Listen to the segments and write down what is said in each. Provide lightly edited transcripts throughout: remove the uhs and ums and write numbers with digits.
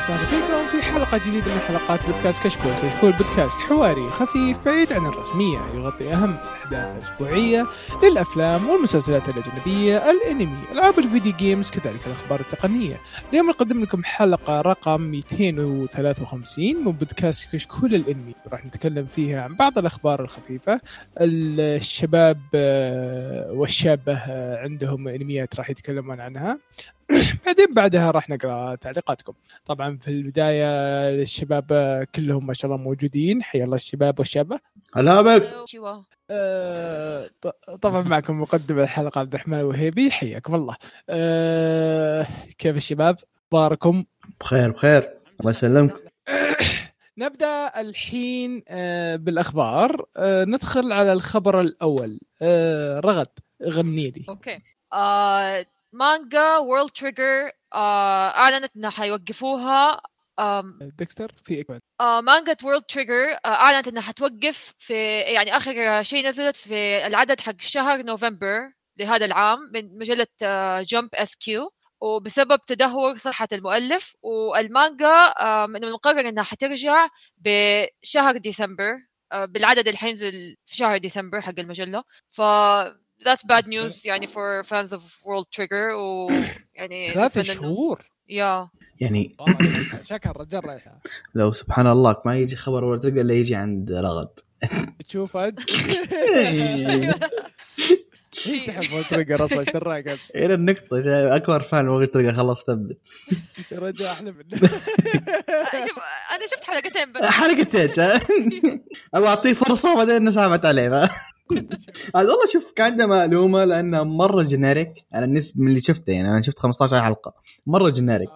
وسهلا فيكم في حلقة جديدة من حلقات بودكاست كشكول. كشكول بودكاست حواري خفيف بعيد عن الرسمية، يغطي أهم الأحداث الأسبوعية للأفلام والمسلسلات الأجنبية، الأنمي، ألعاب الفيديو جيمز، كذلك الأخبار التقنية. اليوم نقدم لكم حلقة رقم 253 من بودكاست كشكول الأنمي، راح نتكلم فيها عن بعض الأخبار الخفيفة. الشباب والشابة عندهم أنميات راح يتكلمون عنها، بعدين بعدها راح نقرأ تعليقاتكم. طبعا في البداية الشباب كلهم ما شاء الله موجودين، حيا الله الشباب والشابة. هلا بك. طبعا معكم مقدم الحلقة عبد الرحمن الوهيبي، حياكم الله. كيف الشباب؟ أخباركم؟ بخير الله يسلمك. نبدأ الحين بالأخبار. ندخل على الخبر الأول. رغد غني لي. اوكي. مانجا وورلد تريجر اعلنت انها حيوقفوها. ديكستر في إكمال. مانجا وورلد تريجر اعلنت انها حتوقف في يعني اخر شيء نزلت في العدد حق شهر نوفمبر لهذا العام من مجلة جمب اس كيو، وبسبب تدهور صحة المؤلف. والمانجا من المقرر انها حترجع بشهر ديسمبر بالعدد اللي حينزل في شهر ديسمبر حق المجلة. that's bad news يعني for fans of World Trigger. ويعني 3 شهور يعني شكل رجال رايحة. لو سبحان الله ما يجي خبر ولا تلقى اللي يجي عند رغد. تشوف أنت تحب وورد تريجر أصلا تراقب إلى النقطة أكبر فان وورد تريجر خلص ثبت رجع أحلى منه. أنا شفت حلقتين بس أبغى أعطيه فرصة وبعدين نسحبت عليه. والله شوف كان عنده معلومة لأنه مرة جينيريك على النسبة من اللي شفته، يعني أنا شفت 15 حلقة مرة جينيريك.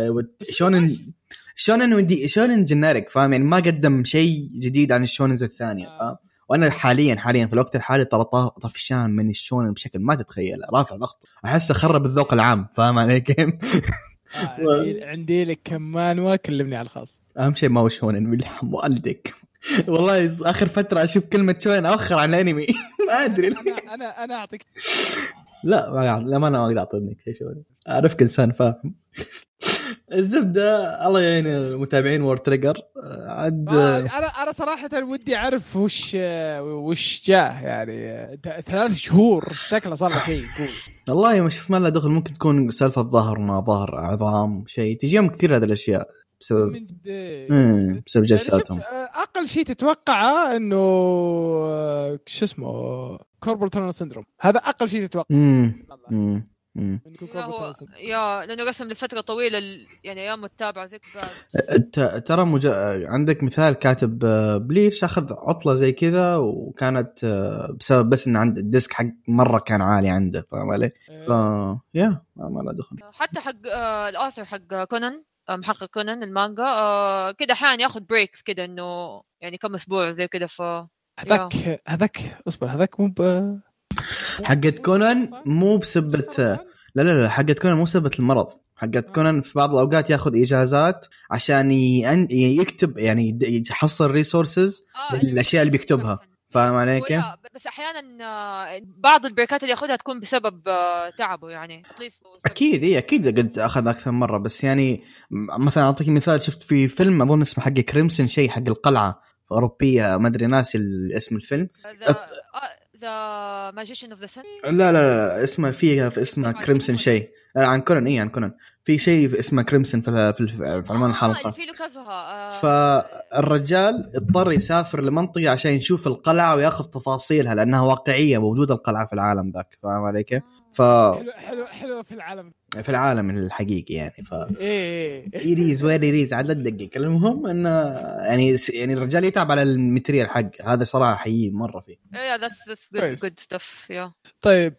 شونن جينيريك فاهم، يعني ما قدم شيء جديد عن الشوننز الثانية فاهم. وأنا حاليا في الوقت الحالي ترى طفشان من الشونن بشكل ما تتخيل، رافع ضغط، أحس خرب الذوق العام فاهم علي كيف. عندي لك كمان وكلمني على الخاص. أهم شيء ما هو شونن ملحم والدك. والله آخر فترة أشوف كلمة شونن أوخر عن الأنمي. ما أدري. أنا أعطيك. لا ما أنا أقدر أعطيك شيء شونن، أعرفك إنسان فاهم. الزبدة الله يعين المتابعين وورد تريجر. أنا صراحة ودي أعرف وش جاء يعني 3 شهور شكله صار شيء يقول. والله ما شوف ما له دخل، ممكن تكون سالفة ظهر ما ظهر عظام شيء تجيهم كثير هذه الأشياء بسبب جلساتهم. أقل شيء تتوقعه إنه شو اسمه كوربورتال سيندروم، هذا أقل شيء تتوقع. لأنه رسم لفترة طويلة يعني أيام متابعة زي ترى عندك مثال كاتب بليش أخذ عطلة زي كذا وكانت بسبب بس إن عند الديسك حق مرة كان عالي عنده فاهم علي. ما لا دخل. حتى حق الآثر حق كونان محقق كونان المانجا كده حان ياخد بريكس كده إنه يعني كم أسبوع زي كده. هذاك أصبر هذاك مو حقت كونان مو بسبة لا حقت كونان مو بسبة المرض. حقت كونان في بعض الأوقات ياخذ إجازات عشان يكتب يعني يحصل ريسورسز للأشياء اللي بيكتبها فاهم علي كيف. بس أحيانا بعض البريكات اللي ياخذها تكون بسبب تعبه يعني أكيد قد أخذ أكثر مرة. بس يعني مثلا أعطيك مثال، شفت في فيلم أظن اسمه حق كريمسون شيء حق القلعة أوروبية ما أدري ناسي اسم الفيلم. The Magician of the Sun. لا اسمه اسمه كريمسون شيء عن كونان. عن كونان في شيء اسمه كريمسون في عنوان الحلقة. فالرجال اضطر يسافر لمنطقة عشان يشوف القلعة وياخذ تفاصيلها لأنها واقعية موجودة القلعة في العالم ذاك فاهم عليك. حلو في العالم الحقيقي يعني يريز وين يريز على الدقيقة. المهم إنه يعني الرجال يتعب على الماتريال حق هذا صراحة حقيقي مرة فيه. that's good stuff. طيب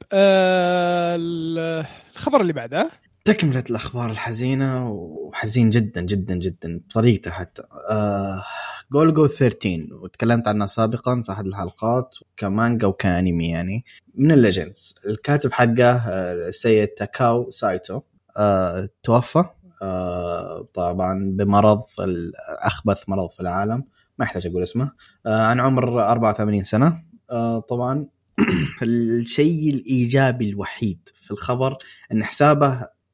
الخبر اللي بعده تكملة الأخبار الحزينة وحزين جدا جدا جدا بطريقته حتى. جولجو 13 وتكلمت عنها سابقا في أحد الحلقات كمانجا وكأنمي يعني من الليجندز. الكاتب حقه السيد تاكاو سايتو توفى طبعا بمرض أخبث مرض في العالم ما يحتاج أقول اسمه عن عمر 84 سنة. طبعا الشيء الإيجابي الوحيد في الخبر أن حسابه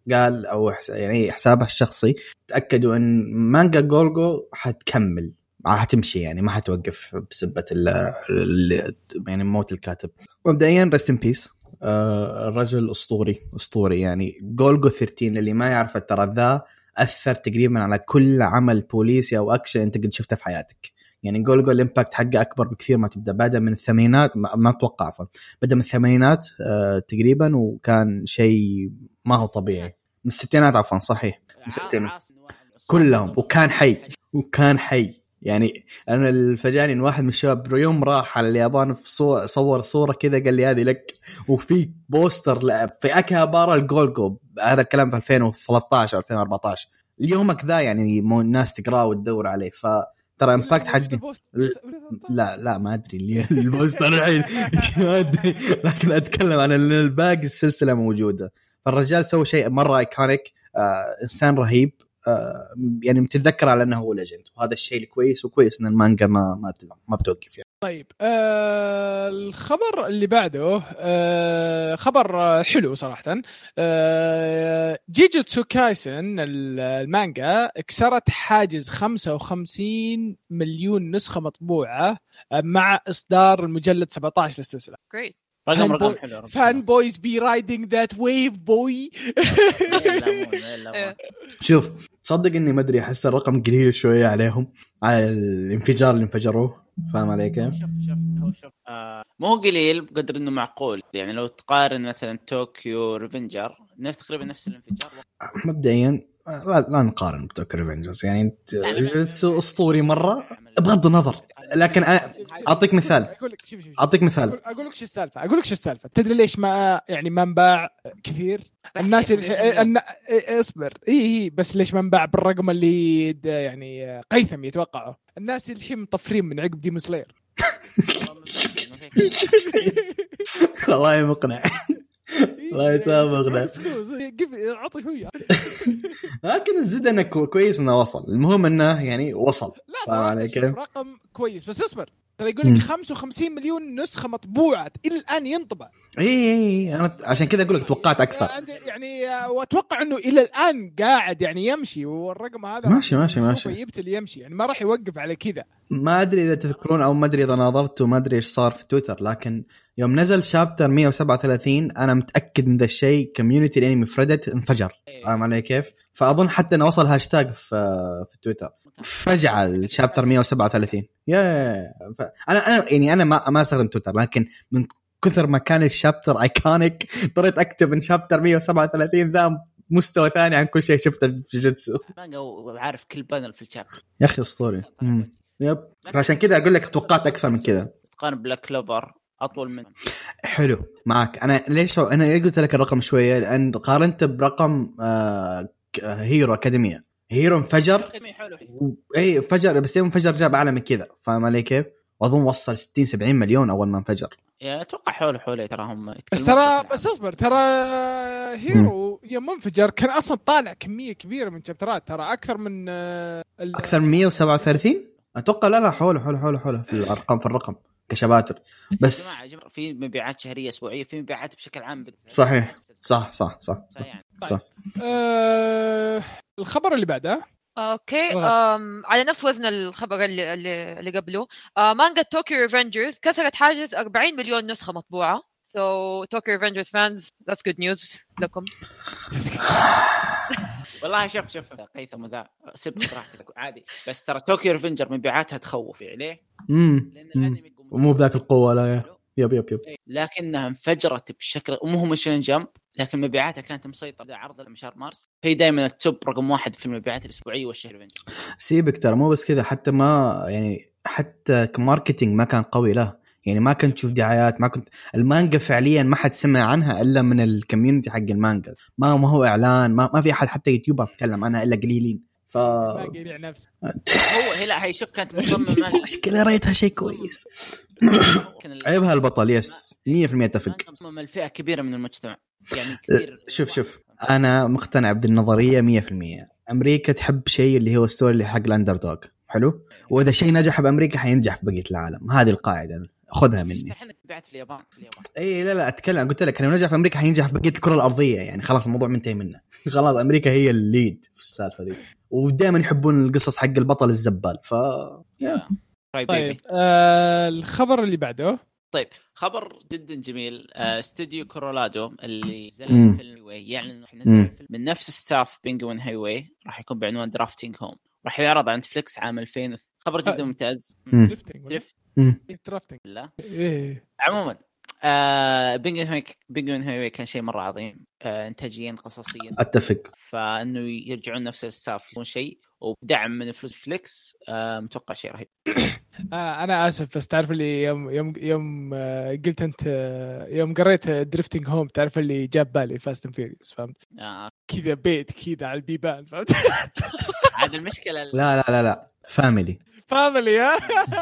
قال او يعني حسابه الشخصي تاكدوا ان مانجا جولجو حتكمل، حتمشي يعني ما حتوقف بسبة يعني موت الكاتب. مبدئيا ريست ان بيس، الرجل اسطوري يعني. جولجو 13 اللي ما يعرف ترى ذا اثر تقريبا على كل عمل بوليسي او اكشن انت قد شفته في حياتك. يعني جولجو الامباكت حقه اكبر بكثير ما تبدا، بدا من الثمانينات ما اتوقع بدا من الثمانينات تقريبا، وكان شيء ما هو طبيعي. من الستينات عفوا صحيح، من الستينات كلهم، وكان حي يعني. انا الفجاني واحد من الشباب يوم راح على اليابان في صور صوره كذا قال لي هذه لك، وفي بوستر في اكابارا الجولجو. هذا الكلام في 2013 2014. اليومك ذا يعني الناس تقراه وتدور عليه. فترى امباكت حقي لا ما ادري اللي البوستر الحين ما ادري، لكن اتكلم عن الباقي السلسله موجوده. فالرجال سوى شيء مره ايكونيك، انسان رهيب، يعني متذكر على انه هو ليجند، وهذا الشيء الكويس. وكويس ان المانجا ما بتوقف يعني. طيب الخبر اللي بعده خبر حلو صراحة. جيجوتسو كايسن المانجا اكسرت حاجز 55 مليون نسخة مطبوعة مع إصدار المجلد 17 للسلسلة. Great. رقم حلو. فان بويز بي رايدينج ذات ويف بوي. شوف تصدق اني ما ادري، احس الرقم قليل شويه عليهم على الانفجار اللي انفجروه. فاهم علي كيف؟ شوف مو قليل بقدر انه معقول. يعني لو تقارن مثلا طوكيو ريفنجر نفس تقريبا نفس الانفجار. مبدئيا لا نقارن بطوكيو ريفنجرز، يعني اسطوري مره بغض النظر. لكن اعطيك مثال اقول لك شو السالفه. تدري ليش ما يعني ما انباع كثير الناس اصبر اي بس ليش ما انباع بالرقم اللي يعني قيثم يتوقعه؟ الناس الحين مطفرين من عقب ديمون سلاير. والله مقنع. الله يسامحنا. عطي شويه. لكن الزد انه كويس انه وصل. المهم انه يعني وصل. رقم كويس. بس اصبر، ترى يقول لك 55 مليون نسخه مطبوعه الى الان ينطبع. اي انا عشان كذا اقول لك توقعت اكثر يعني، واتوقع انه الى الان قاعد يعني يمشي، والرقم هذا ماشي يبتل يمشي، يعني ما راح يوقف على كذا. ما ادري اذا تذكرون او ما ادري اذا ناظرتوا، ما ادري ايش صار في تويتر، لكن يوم نزل شابتر 137 انا متاكد من ذا الشيء كوميونتي الانمي فريدت انفجر. فاهم علي كيف؟ فاظن حتى انه وصل هاشتاج في تويتر فجعة الشابتر 137. انا يعني انا ما استخدم تويتر، لكن من كثر ما كان الشابتر ايكونيك اضطريت اكتب ان شابتر 137 ذا مستوى ثاني عن كل شيء شفته في جوجوتسو. عارف كل بانل في الشابتر يا اخي اسطوري. يب، عشان كذا اقول لك توقعت اكثر من كذا. تقارن بلاك كلوفر اطول منه. حلو معك. انا ليش انا قلت لك الرقم شويه؟ لان قارنت برقم هيرو اكاديميا. هيرو انفجر اي فجر، بس يوم انفجر جاب اعلى من كذا. فاهم علي كيف؟ واظن وصل 60-70 مليون اول ما انفجر. يا اتوقع حوله ترى هم بس اصبر، ترى هيرو يوم انفجر كان اصلا طالع كميه كبيره من شابترات، ترى اكثر من اكثر من 137 اتوقع. لا حوله في الرقم كشباتر. بس في مبيعات شهريه اسبوعيه، في مبيعات بشكل عام. صحيح صح يعني. صح. الخبر اللي بعده اوكي. على نفس وزن الخبر اللي قبله، مانجا طوكيو ريفنجرز كسرت حاجز 40 مليون نسخة مطبوعة. So Tokyo Revengers fans, that's good news لكم. والله شوف قيثم ذا سبت راحتك عادي. بس ترى طوكيو ريفنجر مبيعاتها تخوف ليه؟ لأن الأنمي ومو بذاك القوة. لا يب لكنها انفجرت بشكل ومو مشين جمب، لكن مبيعاتها كانت مسيطرة على عرض المشهر مارس. هي دائما التوب رقم 1 في المبيعات الأسبوعية والشهرية. سيبك ترى مو بس كذا، حتى ما يعني حتى كماركتينج ما كان قوي له. يعني ما كنت تشوف دعايات، ما كنت المانجا فعليا ما حد سمع عنها الا من الكوميونتي حق المانجا. ما هو اعلان، ما في احد حتى يوتيوبر يتكلم عنها الا قليلين. ما يبيع نفسه هي شوف كانت مصممه مشكله ريتها شيء كويس. عيبها البطل. يس 100% اتفق. مصمم الفئه كبيره من المجتمع يعني كثير. شوف انا مقتنع بالنظريه 100%. امريكا تحب شيء اللي هو ستوري حق الاندر دوغ. حلو. واذا شيء نجح بامريكا حينجح في بقيه العالم. هذه القاعده خذها مني. بعت في اليابان اي لا اتكلم، قلت لك لو نجح في امريكا حينجح في بقيه الكره الارضيه يعني، خلاص الموضوع منتهي منه. خلاص امريكا هي الليد في السالفه دي، ودائما يحبون القصص حق البطل الزبال. ف طيب الخبر اللي بعده. طيب خبر جدا جميل. استوديو كورولادو اللي نزل فيلم هايواي يعلن انه حينزل فيلم من نفس ستاف بينجوين هايواي، راح يكون بعنوان درافتينج هوم، راح يعرض على نتفليكس عام 2000. خبر جدا ممتاز. درافتينج لا ايه عموما بينجوين هايواي كان شيء مره عظيم انتاجيا قصصيا، اتفق. فانه يرجعون نفس الستاف يسوون شيء وبدعم من فلوس فليكس متوقع شيء رهيب. انا اسف بس تعرف اللي يوم قلت انت يوم قريت دريفتنج هوم تعرف اللي جاب بالي فاست اند فيريوس، فهمت؟ كذا بيت كذا على البيبان، فهمت؟ عاد المشكله لا فاميلي ها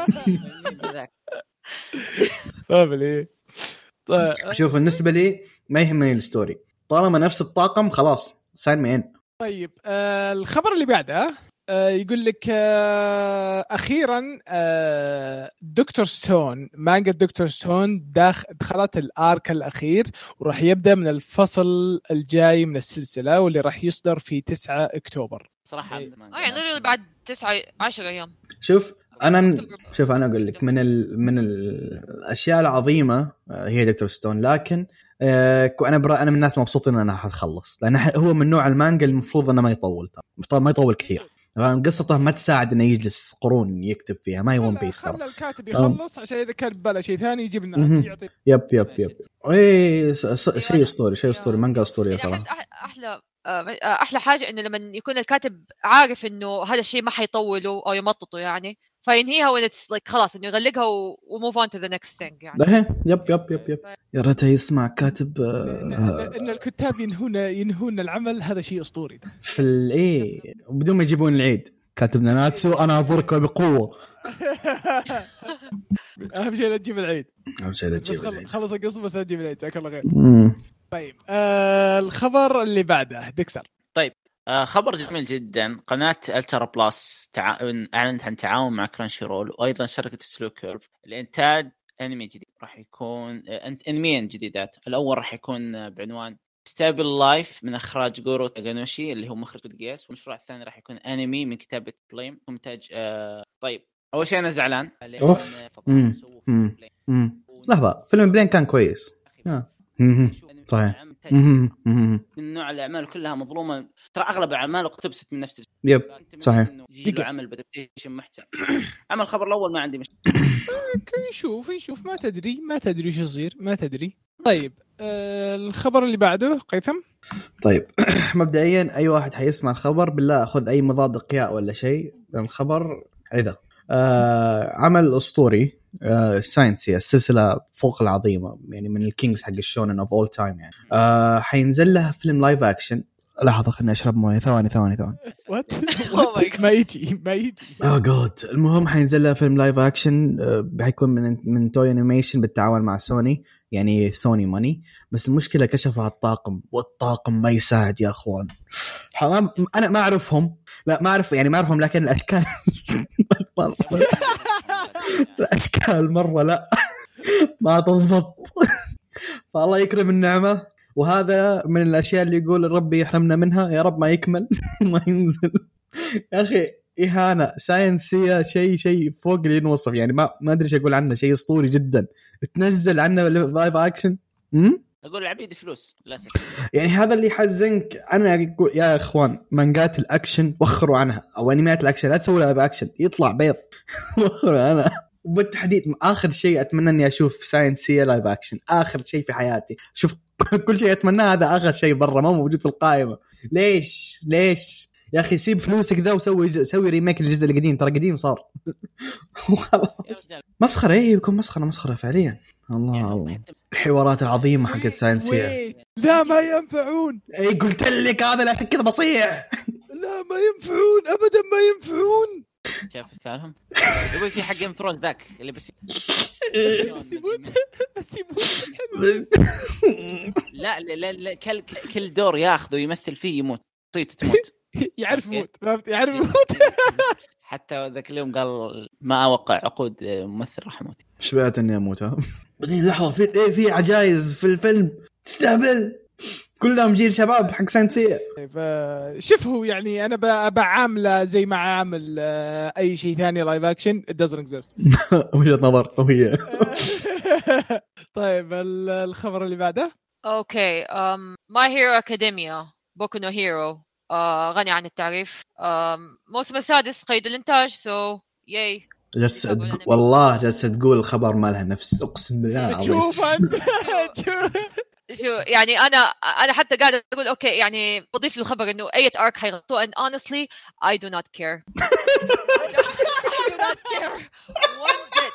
فاميلي. طيب شوف بالنسبه لي ما يهمني الستوري طالما نفس الطاقم خلاص ساين مين. طيب الخبر اللي بعده يقول لك أخيرا دكتور ستون مانجا دكتور ستون دخلت الآرك الأخير وراح يبدأ من الفصل الجاي من السلسلة واللي راح يصدر في 9 أكتوبر صراحة. يعني بعد 9-10 أيام. شوف أنا أقول لك من الأشياء العظيمة هي دكتور ستون، لكن أنا من الناس مبسوط إن أنا هتخلص، لأن هو من نوع المانجا المفروض إنه ما يطول كثير. قصته ما تساعد انه يجلس قرون يكتب فيها، ما يون بيس ترى. خلى الكاتب يخلص عشان اذا كان بباله شيء ثاني يجيب لنا يعطي. يب اي شيء اسطوري مانجا اسطوريه صراحه. احلى حاجه انه لما يكون الكاتب عارف انه هذا الشيء ما حيطوله او يمططه يعني، فينهيها وإنتس like خلاص إنه يغلقها وموف on to the next thing يعني. يب يا ريت يسمع كاتب إن الكتاب ينهون العمل، هذا شيء أسطوري في الإيه وبدون ما يجيبون العيد. كاتبنا ناتسو أنا أضرك بقوة. أهم شيء لا تجيب العيد. خلص القصة بس لا تجيب العيد. جزاك الله خير. طيب الخبر اللي بعده ديكستر. طيب خبر جميل جدا. قناة ألترا بلاس أعلنت عن تعاون مع كرانشي رول وأيضا شركة سلو كيرف لإنتاج أنمي جديد. راح يكون أنميين جديدات. الأول راح يكون بعنوان ستابل لايف من إخراج جورو تاغانوشي اللي هو مخرج الجيس، والمشروع الثاني راح يكون أنمي من كتابة بليم ومنتج طيب أول شيء أنا زعلان. لحظة فيلم بلين كان كويس. صحيح. من نوع الأعمال كلها مظلومة، ترى أغلب أعماله اقتبست من نفس يب صحيح. يجي عمل بدبتيشن محترم. عمل الخبر الأول ما عندي مشكلة. يشوف ما تدري شو يصير ما تدري. طيب الخبر اللي بعده قيثم. طيب مبدئيا أي واحد حيسمع الخبر بالله أخذ أي مضاد إقياء ولا شيء، لأن الخبر إذا عمل أسطوري ساينسي السلسلة فوق العظيمة يعني من الكينجز حق الشونن اوف اول تايم يعني. حينزل لها فيلم لايف اكشن. لحظة خلني اشرب مويه ثواني ما يجي جود. المهم حينزل لها فيلم لايف اكشن بيكون من توي انيميشن بالتعاون مع سوني يعني سوني ماني. بس المشكلة كشفوا على الطاقم والطاقم ما يساعد يا اخوان. انا ما اعرفهم، لا ما اعرفهم لكن الاشكال الاشكال مرة لا ما تضبط. فالله يكرم النعمة، وهذا من الاشياء اللي يقول الرب يحرمنا منها يا رب ما يكمل ما ينزل. يا اخي اهانة ساينسية شيء فوق اللي ينوصف يعني. ما ادري ايش اقول عنه. شيء اسطوري جدا. تنزل عنه لايف اكشن اقول العبيد فلوس لا يعني. هذا اللي يحزنك. انا اقول يا اخوان مانجات الاكشن وخروا عنها، او انميات الاكشن لا تسوي لها باكشن يطلع بيض. وخروا انا وبالتحديد اخر شيء اتمنى اني اشوف ساينسيه لايف اكشن. اخر شيء في حياتي شوف كل شيء اتمناه هذا اخر شيء برا ما موجود في القائمه. ليش يا اخي سيب فلوسك ذا وسوي ريميك للجزء القديم، ترى قديم صار. مسخره. بيكون مسخره فعليا. الله الحوارات العظيمه حقت ساينسيه لا ما ينفعون. قلت لك هذا لا كذا بصيح. لا ما ينفعون ابدا ما ينفعون. شايف كلامهم يقول في حق انفروز ذاك اللي بس لا كل دور ياخذه يمثل فيه يموت صيته تموت. يعرف يموت حتى ذاك اليوم قال ما اوقع عقود ممثل راح يموت. شبعت اني اموت. بعدين لحظه في عجايز في الفيلم تستهبل كلهم جيل شباب حق سانسية. شوف هو يعني انا بعامله زي ما عامل اي شيء ثاني لايف اكشن it doesn't exist. وجهة نظر قوية. طيب الخبر اللي بعده اوكي ماي هيرو اكاديميا بوكو نو هيرو غني عن التعريف. موسم السادس قيد الانتاج سو ياي. والله جالسة تقول الخبر ما لها نفس اقسم بالله. شوف انت شو يعني انا حتى قاعده اقول اوكي يعني بضيف للخبر انه اي ارك حيغطوه and honestly I do not care. I do not care one bit.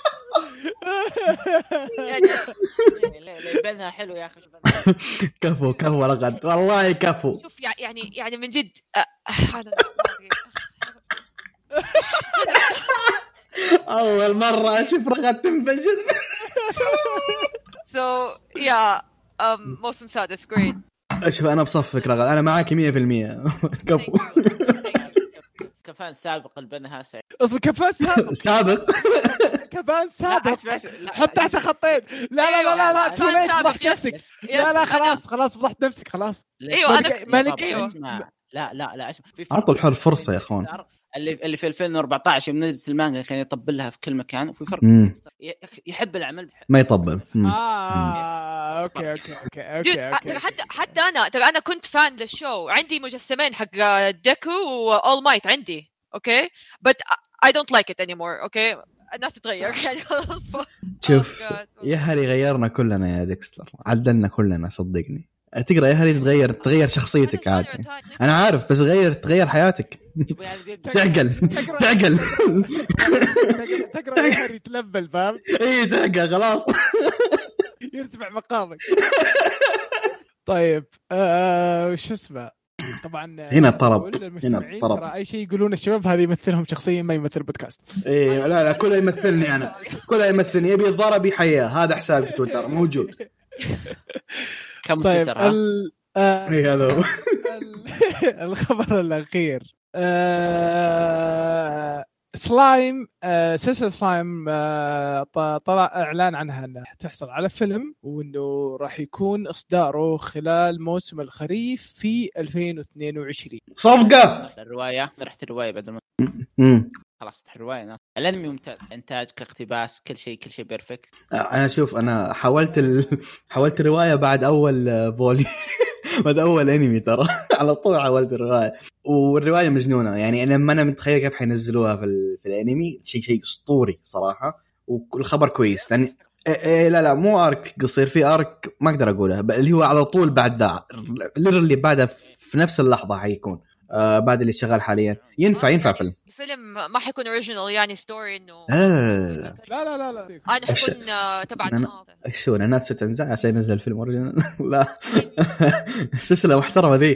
يعني بنها حلو يا اخي. كفو رغد والله كفو. شوف يعني من جد اول مره اشوف رغد تنفجر. so yeah موسم سادس great. شوف انا بصفك رغد انا معاك 100%. كفو. كفان سابق البنها سعيد. اصبر كفان سابق كفان سابق حط تحت خطين. لا فضحت نفسك. لا خلاص فضحت نفسك خلاص. ايوه انا مالك اسمع لا اسمع اعطوا الحر فرصه يا اخوان. اللي في 2014 يوم نزلت المانجا كان يطبل لها في كل مكان وفي فرق يحب العمل ما يطبل. اوكي حتى انا كنت فان للشو. عندي مجسمين حق ديكو وأول مايت عندي اوكي but I don't like it anymore اوكي. الناس تتغير يعني خلاص. شوف يا هاري غيرنا كلنا يا ديكستر عدلنا كلنا صدقني. تقرأ يا هاري تغير شخصيتك عادي. أنا عارف بس تغير حياتك. تعقل تقرأ يا هاري تلبل فاهم. إيه تعقل خلاص يرتفع مقامك. طيب وش اسمه طبعا هنا الطرب. ترى أي شيء يقولون الشباب هذه يمثلهم شخصيا ما يمثل بودكاست. إيه لا كله يمثلني أنا كله يمثلني. يبي الضرب يحياه. هذا حسابي في تويتر موجود. كم طيب تويتر هذا الخبر الأخير سلايم سلسلة سلايم طلع إعلان عنها أنها تحصل على فيلم وأنه راح يكون إصداره خلال موسم الخريف في 2022. صفقة الرواية رحت الرواية بعد ما خلاص الرواية. الانمي ممتاز انتاج كاقتباس كل شيء بيرفكت. انا شوف انا حاولت الرواية بعد اول فولي بعد اول انمي ترى على طول حاولت الرواية والرواية مجنونة يعني. انا متخيل كيف حينزلوها في الانمي شيء اسطوري صراحة. والخبر كويس لان لا مو ارك قصير في ارك ما اقدر اقولها اللي هو على طول بعد ذا اللي بعده في نفس اللحظة حيكون بعد اللي شغال حاليا. ينفع فيلم ما حيكون اوريجينال يعني ستوري انه لا انا حكون تبع شو انا ناس تنزع عشان ينزل فيلم اوريجينال. لا سلسله محترمه ذي.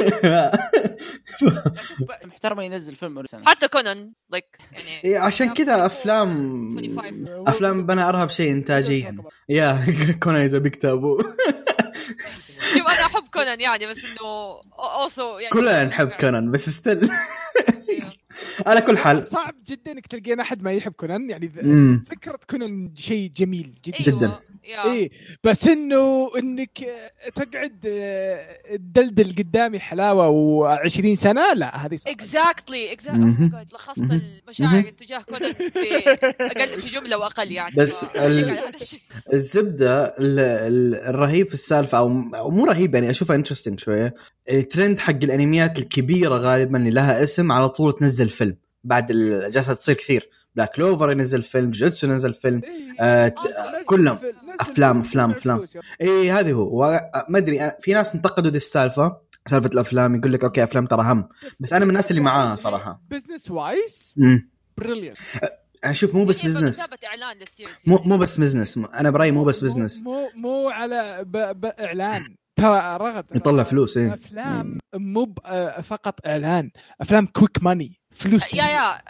محترمه ينزل فيلم اوريجينال. حتى كونان يعني عشان كذا افلام بنا ارهب شيء انتاجيا يا كونان اذا بيكتبوا. شوف انا احب كونان يعني بس انه also يعني كلنا نحب كونان بس استل. على كل حال صعب جدا انك تلقين احد ما يحب كونان يعني. فكرة كونان شيء جميل جدا. ايه بس انك تقعد تدلدل قدامي حلاوه و20 سنه لا هذه صعبة. exactly لخصت المشاعر تجاه كونان في جمله واقل يعني. بس الزبده الرهيب في السالفه او مو رهيب يعني اشوفها انترستينج شويه. الترند حق الانميات الكبيره غالبا اللي لها اسم على طول تنزل فيلم بعد جالسه تصير كثير. بلاك كلوفر ينزل فيلم جوتسو ينزل فيلم كلهم افلام ايه هذه هو ما ادري. في ناس انتقدوا ذي سالفه الافلام يقول لك اوكي افلام ترى هم بس انا من الناس اللي معاها صراحه بزنس وايز بريليانت. اشوف مو بس بزنس مو بس بزنس. انا برايي مو بس بزنس مو على اعلان ترى رغد يطلع فلوس. ايه افلام مو فقط اعلان افلام كويك ماني فلوس يا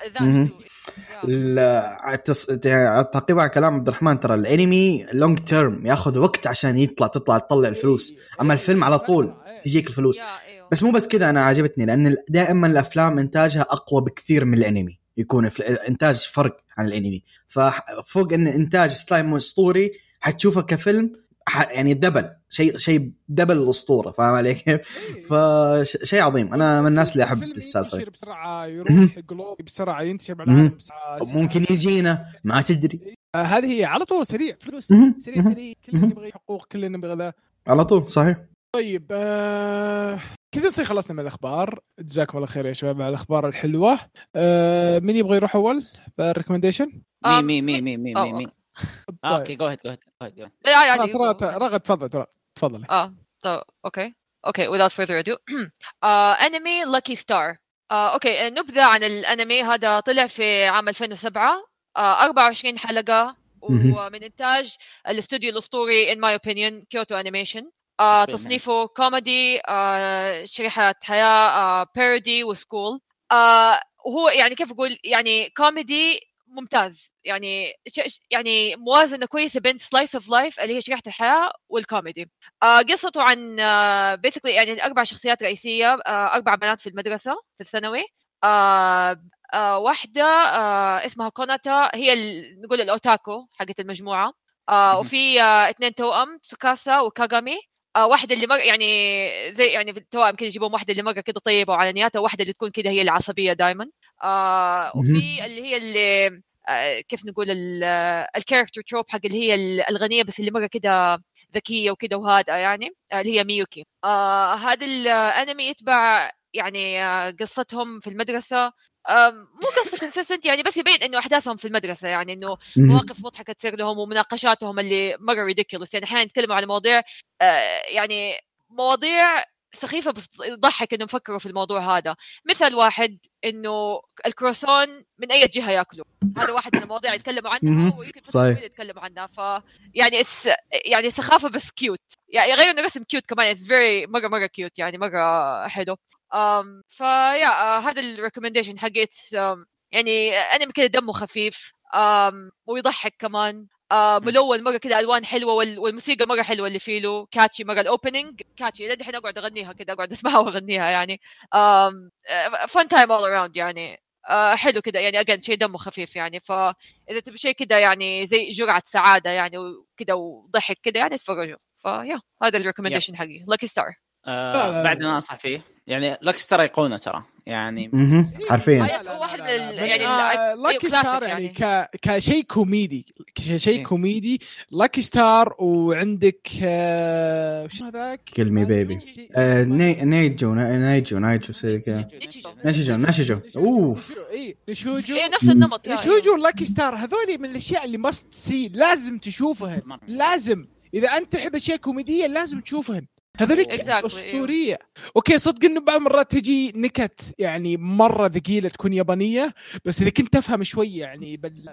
التعقيب على كلام عبد الرحمن ترى الانمي لونج تيرم ياخذ وقت عشان تطلع الفلوس. اما الفيلم على طول تجيك الفلوس. بس مو بس كذا انا عجبتني لان دائما الافلام انتاجها اقوى بكثير من الانمي يكون في الانتاج فرق عن الانمي. ففوق ان انتاج سلايم اسطوري حتشوفه كفيلم يعني دبل شيء دبل الاسطوره، فاهم علي كيف؟ فشيء عظيم. انا من الناس اللي احب السالفه. ينتشر بسرعه، يروح جلوب بسرعه، ينتشر بالعالم بسرعه، ممكن يجينا ما تدري. هذه هي على طول سريع فلوس، سريع كلنا يبغى حقوق، كلنا نبغى ذا على طول. صحيح. طيب كذا صي خلصنا من الاخبار. جزاكم الله خير يا شباب على الاخبار الحلوه. مين يبغى يروح اول بالريكومنديشن؟ مي اوكي جو هيد رغد تفضل. اوكي without further ado انمي Lucky Star. اوكي نبذة عن الانمي. هذا طلع في عام 2007، 24 حلقة، ومن انتاج الاستوديو الاسطوري in my opinion كيوتو انيميشن. تصنيفه كوميدي، شريحة حياة، بارودي وسكول. وهو يعني كيف أقول يعني كوميدي ممتاز، يعني موازنة كويسة بين سلايس اوف لايف اللي هي شريحة الحياة والكوميدي. قصته عن basically يعني 4 شخصيات رئيسية، 4 بنات في المدرسة في الثانوي. واحدة اسمها كوناتا، هي نقول الأوتاكو حقت المجموعة. وفي 2 توأم تسوكاسا وكاغامي. واحدة اللي يعني زي يعني في التوأم كده يجيبون واحدة اللي مرة كده طيبة وعلى نياتها، وواحدة اللي تكون كده هي العصبية دائما. وفي اللي هي اللي كيف نقول الكاركتر تروب حق اللي هي الغنية بس اللي مرة كده ذكية وكده وهذا يعني اللي هي ميوكي. هذا الانمي يتبع يعني قصتهم في المدرسة. مو قصة كونسيستنت يعني، بس يبين انه احداثهم في المدرسة، يعني انه مواقف مضحكة تصير لهم ومناقشاتهم اللي مرة ريديكولوس. يعني احيانا يتكلموا عن مواضيع يعني مواضيع سخيفة بس يضحك انه نفكروا في الموضوع هذا. مثل واحد انه الكروسون من اي جهة ياكلوا، هذا واحد من المواضيع يتكلموا عنها ويمكن يتكلموا عنها. ف يعني سخافة بس كيوت، يعني غير انه رسم كيوت كمان. it's very مرة كيوت، يعني مرة حلو. فيا هذا الريكومنديشن حقيت. يعني انمي كده دمه خفيف ويضحك كمان. ملون مرة كده، ألوان حلوة، والموسيقى مرة حلوة اللي فيه له كاتشي مرة. الأوبننج كاتشي لدي حين أقعد أغنيها كده، أقعد أسمعها وأغنيها يعني. fun time all around يعني. حلو كده يعني، أجل شيء دمه خفيف يعني. فإذا تبي شيء كده يعني زي جرعة سعادة يعني وكده وضحك كده يعني اتفرجوا. فيا هذا الريكومنديشن حقي Lucky Star. بعد أنا أنصح فيه يعني Lucky Star أيقونة ترى يعني حرفيا واحد يعني Lucky Star يعني كشيء كوميدي، كشيء كوميدي Lucky Star. وعندك وش هذاك كلمي بيبي نايجو سيكا ناشيجو اوف نشوجو نفس النمط. نشوجو Lucky Star هذول من الاشياء اللي must see، لازم تشوفها. لازم اذا انت تحب اشياء كوميديه لازم تشوفها. هذولك أسطورية. أوكي صدق إنه بعض مرات تجي نكت يعني مرة ثقيلة تكون يابانية، بس إذا كنت تفهم شوي يعني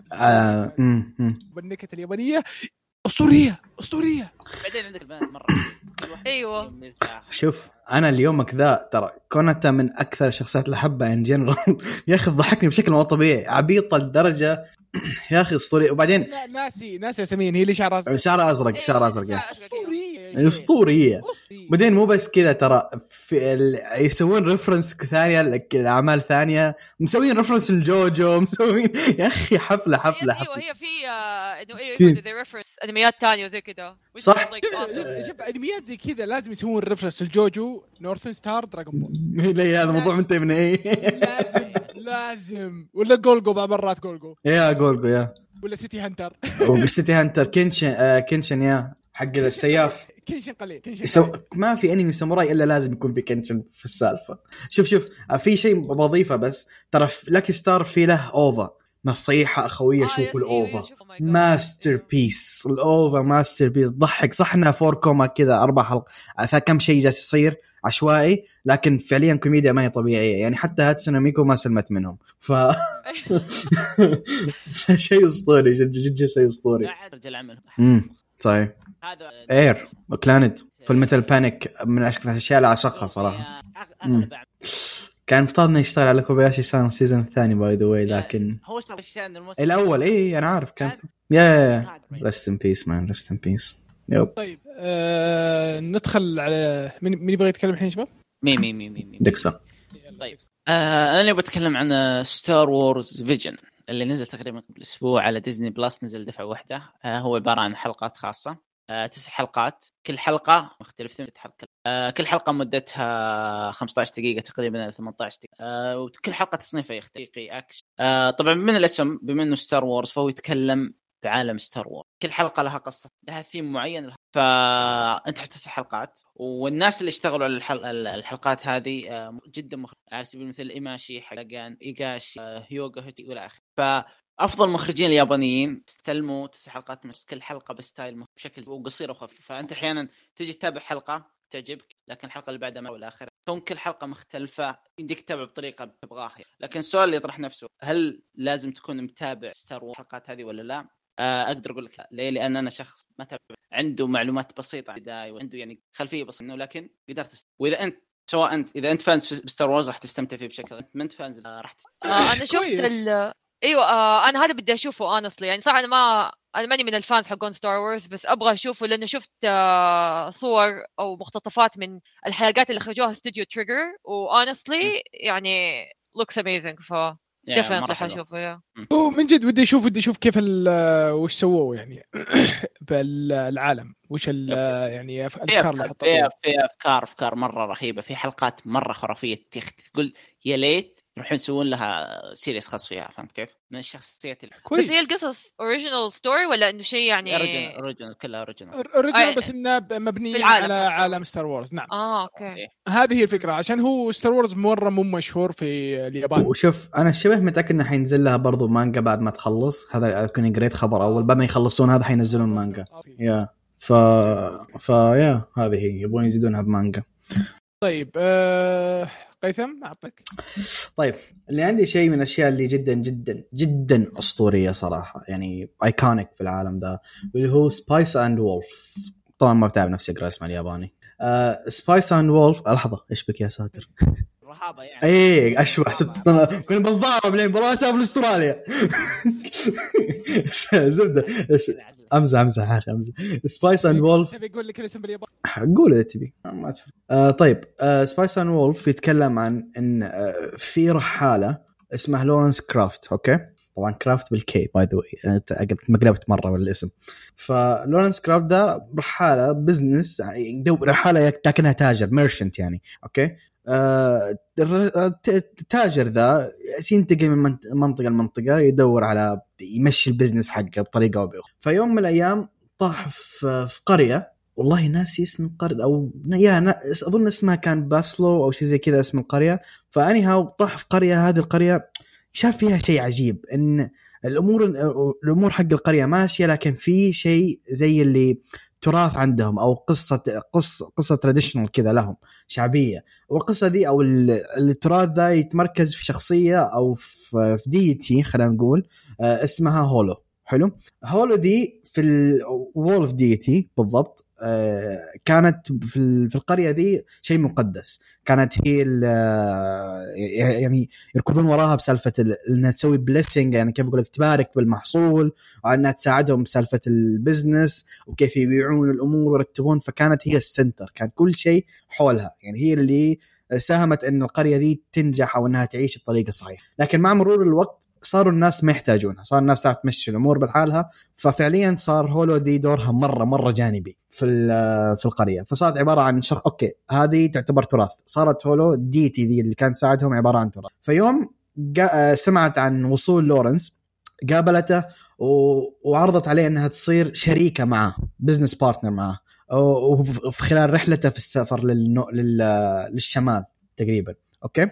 بالنكت اليابانية أسطورية. بعدين عندك البنات مرة أيوة. شوف أنا اليومك ذا ترى كونتا من أكثر الشخصيات اللي أحبها إن جنرال. يا أخي ضحكني بشكل مو طبيعي، عبيطة لدرجة يا أخي أسطوري. وبعدين ناسي يسمين هي اللي شعر أزرق أسطورية. بعدين مو بس كذا ترى يسوون ريفرنس ثانية لأعمال ثانية، مسوين ريفرنس لجوجو، مسوين يا أخي حفلة. أيوة هي في إنه يقولوا ذي ريفرنس أنميات تانية وزي كده صح. شوف أنميات زي كذا لازم يسوون ريفرنس لجوجو، نورثن ستار، دراغون بول. لا هذا موضوع منتهي من إيه. لازم ولا جولجو بعض مرات جولجو يا ولا سيتي هانتر وسيتي هانتر كينشن يا حق السياف. كينشن قليل ما في انمي ساموراي الا لازم يكون في كينشن في السالفه. شوف في شيء بضيفه بس ترى لاكي ستار في له اوفا نصيحه اخويه. شوفوا الاوفا ماستر بيس. الاوفا ماستر بيس ضحك. صح انها 4 كوما كذا 4 حلقات، كم شيء جالس يصير عشوائي، لكن فعليا كوميديا ما هي طبيعيه يعني. حتى هاتسونا ميكو ما سلمت منهم. شيء اسطوري جد شيء اسطوري. رجل عمل صحيح. هذا اير وكلاند في الميتال بانيك من أكثر الاشياء اللي اعشقها صراحه. كان مفترض يشتغل على كوباياشي سان السيزون الثاني باي ذا واي، لكن هو اشتغل السيزون الاول. اي انا عارف كان يا ريست ان بيس مان، ريست ان بيس. طيب ندخل على مين يبغى يتكلم الحين شباب؟ مين دكسا. طيب انا اللي بتكلم عن ستار وورز فيجن اللي نزل تقريبا قبل اسبوع على ديزني بلس، نزل دفعه واحده. هو عباره عن حلقات خاصه، 9 حلقات، كل حلقه مختلفه. كل حلقه مدتها 15 دقيقه تقريبا 18 دقيقه، وكل حلقه تصنيفها يختلف، اكشن. طبعا من الاسم بما انه ستار وورز فهو يتكلم بعالم ستار وورز، كل حلقه لها قصه، لها ثيم معين. فانت حتسع حلقات، والناس اللي اشتغلوا على الحلقات هذه جدا على سبيل المثال ايماشي، حلقان، ايغاشي، هيوغا هوتي والى اخره. فافضل مخرجين اليابانيين استلموا 9 حلقات، بس كل حلقه بستايل بشكل قصير وخفيف. فانت احيانا تجي تتابع حلقه تعجبك، لكن الحلقه اللي بعدها ما والى اخره، كون كل حلقه مختلفه يديك تتابع بطريقه تبغاها. لكن السؤال اللي يطرح نفسه، هل لازم تكون متابع ستار وورز الحلقات هذه ولا لا؟ اقدر اقول لك لا. ليه؟ لان انا شخص ما تابع، عنده معلومات بسيطه عن البدايه، وعنده يعني خلفيه بسيطه، لكن قدرت واذا انت سواء اذا انت فانز في ستار وورز راح تستمتع فيه بشكل، انت ما انت فانز راح انا شفت ايوه انا هذا بدي اشوفه honestly. يعني صح انا ماني من الفانز حقون ستار وورز، بس ابغى اشوفه لانه شفت صور او مقتطفات من الحلقات اللي خرجوها استوديو تريجر، و honestly يعني looks amazing. ف definitely حشوفه. ومن جد ودي اشوف كيف وش سووه يعني بالعالم، وش يعني الافكار اللي حطوها. في افكار مره رهيبه، في حلقات مره خرافيه تقول يا ليت يروحون يسوون لها سيريس خاص فيها. فهمت كيف؟ من الشخصيات بس هي القصص اوريجينال ستوري ولا انه شيء يعني اوريجينال كلها اوريجينال بس انها مبنيه على عالم ستار وورز. نعم اوكي هذه هي الفكره، عشان هو ستار وورز مره مو مشهور في اليابان. وشوف انا شبه متاكد انه حينزل لها برضو مانجا بعد ما تخلص. هذا كان قريت خبر اول بعد ما يخلصون هذا حينزلون مانجا. يا يا هذه هي يبغون يزيدونها بمانجا. طيب قيثم أعطيك. طيب اللي عندي شيء من الأشياء اللي جدا جدا جدا أسطورية صراحة، يعني ايكونيك في العالم ده، اللي هو سبايس اند وولف. طبعا ما بتابع نفسي أقرأ اسمه الياباني. سبايس اند وولف. لحظة ايش بك يا ساتر؟ رهابة يعني. ايه اشبه كنا بالضارب لين برا اسافر لاستراليا. زبدة امزح سبايس اند وولف. تبي اقول لك الاسم بالياباني؟ قول اذا تبي ما ادري. طيب سبايس اند وولف يتكلم عن ان في رحاله اسمها لورنس كرافت. اوكي طبعا كرافت بالكي باي ذا واي، مقلبت مره بالاسم. فلورنس كرافت ده رحاله بزنس، رحاله لكنها تاجر ميرشنت يعني. اوكي التاجر ذا ينتقل من منطقه لمنطقه، يدور على يمشي البزنس حقه بطريقه او باخرى. فيوم من الايام طاح في قريه، والله ناسي اسم القريه، او اظن اسمها كان باسلو او شيء زي كذا اسم القريه. فانيها طاح في قريه، هذه القريه شاف فيها شيء عجيب، ان الامور حق القريه ماشيه، لكن في شيء زي اللي تراث عندهم، او قصه تراديشنال كذا لهم شعبيه. والقصه دي او التراث ذا يتمركز في شخصيه او في ديتي خلينا نقول اسمها هولو. حلو. هولو دي في الوولف ديتي بالضبط. كانت في القرية دي شيء مقدس. كانت هي يعني يركضون وراها بسالفة انها تسوي بليسنج، يعني كيف اقول لك تبارك بالمحصول، وانها تساعدهم بسالفة البزنس وكيف يبيعون الامور ويرتبون. فكانت هي السنتر، كان كل شيء حولها، يعني هي اللي ساهمت ان القرية دي تنجح او انها تعيش بطريقة صحيحة. لكن مع مرور الوقت صاروا الناس ما يحتاجونها، صار الناس تعرف تمشي الامور بالحالها. ففعليا صار هولو دي دورها مره جانبي في القريه. فصارت عباره عن شخص اوكي هذه تعتبر تراث، صارت هولو ديتي دي اللي كانت تساعدهم عباره عن تراث. فيوم سمعت عن وصول لورنس، قابلته وعرضت عليه انها تصير شريكه معه، بزنس بارتنر معه، وفي خلال رحلته في السفر للشمال تقريبا. اوكي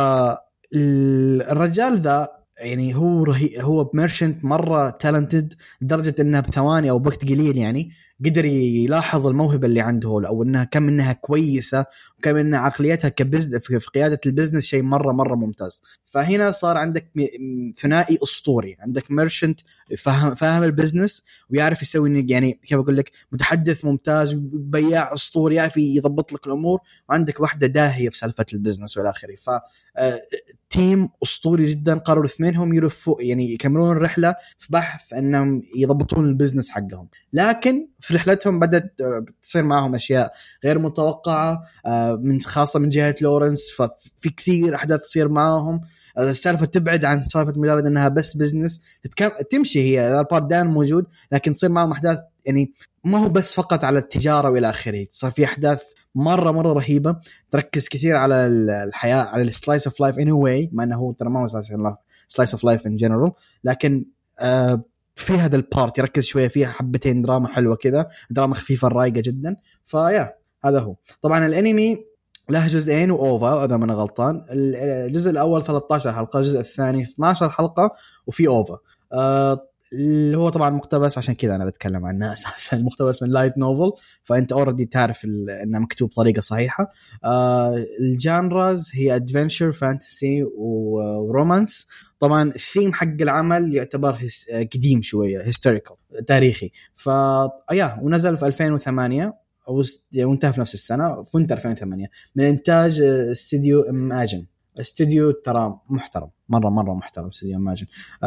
فالرجال ذا يعني هو بميرشنت مرة تالنتد لدرجة انها بثواني او بوقت قليل يعني قدر يلاحظ الموهبة اللي عنده، او انها كم انها كويسة، وكم انها عقليتها في قيادة البزنس شيء مرة ممتاز. فهنا صار عندك ثنائي اسطوري، عندك ميرشنت فاهم البزنس ويعرف يسوي يعني كيف اقول لك متحدث ممتاز، بياع اسطوري يعرف يضبط لك الامور، وعندك واحدة داهية في سالفة البزنس والى اخره. ف تيم اسطوري جدا. قرروا اثنينهم يلفوا يعني يكملون الرحله في بحث انهم يضبطون البزنس حقهم. لكن في رحلتهم بدأت تصير معهم أشياء غير متوقعة من خاصة من جهة لورنس. ففي كثير أحداث تصير معهم. السالفة تبعد عن سالفة مجرد أنها بس بزنس، تمشي هي البارت دان موجود، لكن تصير معهم أحداث يعني ما هو بس فقط على التجارة وإلى آخره. صار في أحداث مرة رهيبة تركز كثير على الحياة، على السلايس اوف لايف in a way، ما أنه ترى ما هو سلايس اوف لايف in general، لكن في هذا البارت يركز شوية فيها حبتين دراما حلوة كذا، دراما خفيفة رايقة جدا. فيا هذا هو. طبعا الانمي له جزئين واوفا اذا ما انا غلطان. الجزء الاول 13 حلقة، الجزء الثاني 12 حلقة وفي اوفا. اللي هو طبعا مقتبس، عشان كذا انا بتكلم عنه اساسا، مقتبس من لايت نوفل، فانت اوريدي تعرف انه مكتوب بطريقه صحيحه. الجانرز هي ادفنتشر، فانتسي ورومانس. طبعا الثيم حق العمل يعتبر قديم شويه، هيستوريكال تاريخي. ونزل في 2008 وانتهى في نفس السنه، في 2008، من انتاج استوديو إيماجين. استوديو ترى محترم، مرة محترم استوديو إيماجين.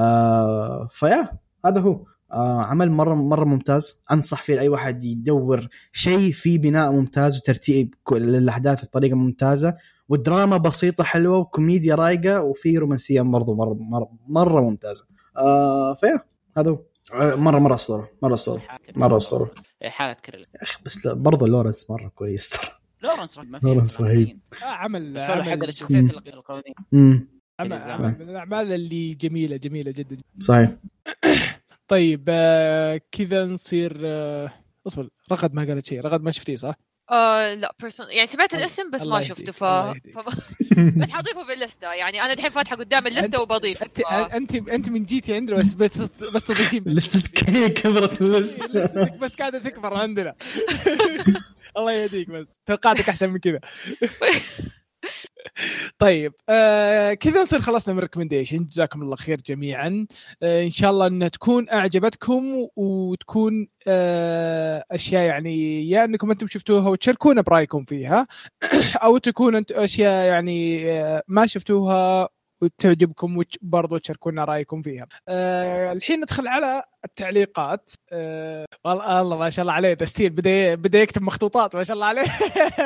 هذا هو عمل مرة ممتاز. أنصح فيه لأي واحد يدور شيء فيه بناء ممتاز وترتيب الأحداث بطريقة ممتازة، ودراما بسيطة حلوة وكوميديا رايقة، وفيه رومانسية برضو مرة ممتازة. هذا هو. مرة أسطورة حالة كريل يا أخي. بس برضو لورنس مرة كويس ترى. لورنس رهيب. عمل حد الشخصيات القوانين. من الأعمال اللي جميلة جدا. صحيح. طيب كذا نصير اصبر، رغد ما قالت شيء. رغد ما شفتيه صح؟ لا يعني سمعت الاسم بس ما شفته. بس حضيفه في الليسته. يعني انا الحين فاتحه قدام الليسته وبضيف. انت من جيتي عندنا بس تضيفين لسه كبرت الليسته بس قاعده تكبر عندنا. الله يهديك، بس توقعتك احسن من كذا. طيب كذا نصير خلصنا من ريكومنديشن. جزاكم الله خير جميعا. ان شاء الله انها تكون اعجبتكم، وتكون اشياء يعني يا انكم انتم شفتوها وتشاركونا برايكم فيها، او تكون انت اشياء يعني ما شفتوها وتعجبكم وبرضو تشاركونا رايكم فيها. الحين ندخل على التعليقات. والله ما شاء الله عليه دستيل بدا يكتب مخطوطات ما شاء الله عليه.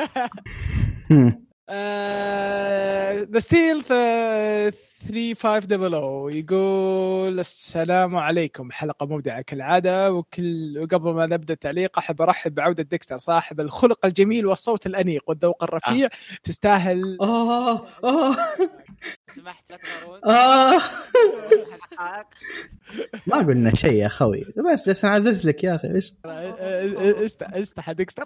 دستيل 3500 يقول السلام عليكم، حلقة مبدعة كالعادة. وقبل ما نبدأ التعليق أحب أرحب بعودة ديكستر صاحب الخلق الجميل والصوت الأنيق والذوق الرفيع. تستاهل. سمحت لا تمرون. ما قلنا شيء يا خوي، بس نعزز لك يا أخي. إيش استحى ديكستر.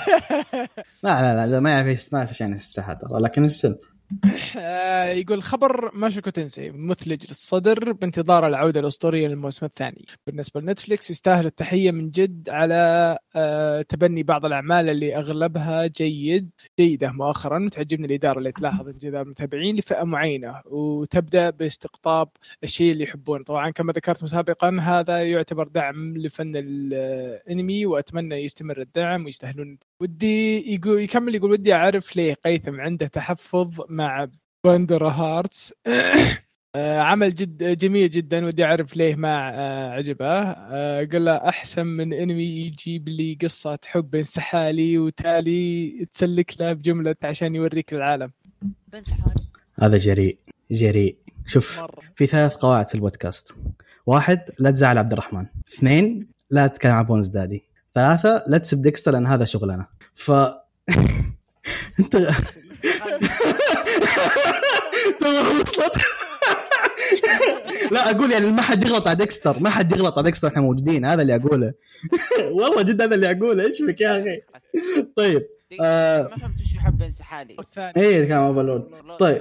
لا ما في شيء استحى ترى، لكن السن. يقول خبر ماشيكو تنسي مثلج للصدر بانتظار العودة الأسطورية للموسم الثاني. بالنسبة لنتفليكس يستاهل التحية من جد على تبني بعض الأعمال اللي أغلبها جيدة مؤخرا. متعجبني الإدارة اللي تلاحظ انجذاب المتابعين لفئة معينة وتبدأ باستقطاب الشيء اللي يحبونه. طبعا كما ذكرت مسابقا هذا يعتبر دعم لفن الانمي، وأتمنى يستمر الدعم ويستاهلون. ودي يكمل يقول ودي أعرف ليه قيثم عنده تحفظ مع باندرا هارتس. عمل جميل جدا، ودي أعرف ليه ما عجبه. قال له أحسن من أنمي يجيب لي قصة حب انسحالي وتالي تسلك له بجملة عشان يوريك العالم. هذا جريء. شوف في 3 قواعد في البودكاست: 1 لا تزعل عبد الرحمن، 2 لا تتكلم عن بونز دادي، 3 لا تسب ديكستر لأن هذا شغلنا. انت وصلت. لا اقول يعني ما حد يغلط على ديكستر، احنا موجودين، هذا اللي اقوله. والله جد هذا اللي اقوله. ايش بك يا اخي؟ طيب ما فهمت ايش يحب انسحالي. ايه كان اوفرلود. طيب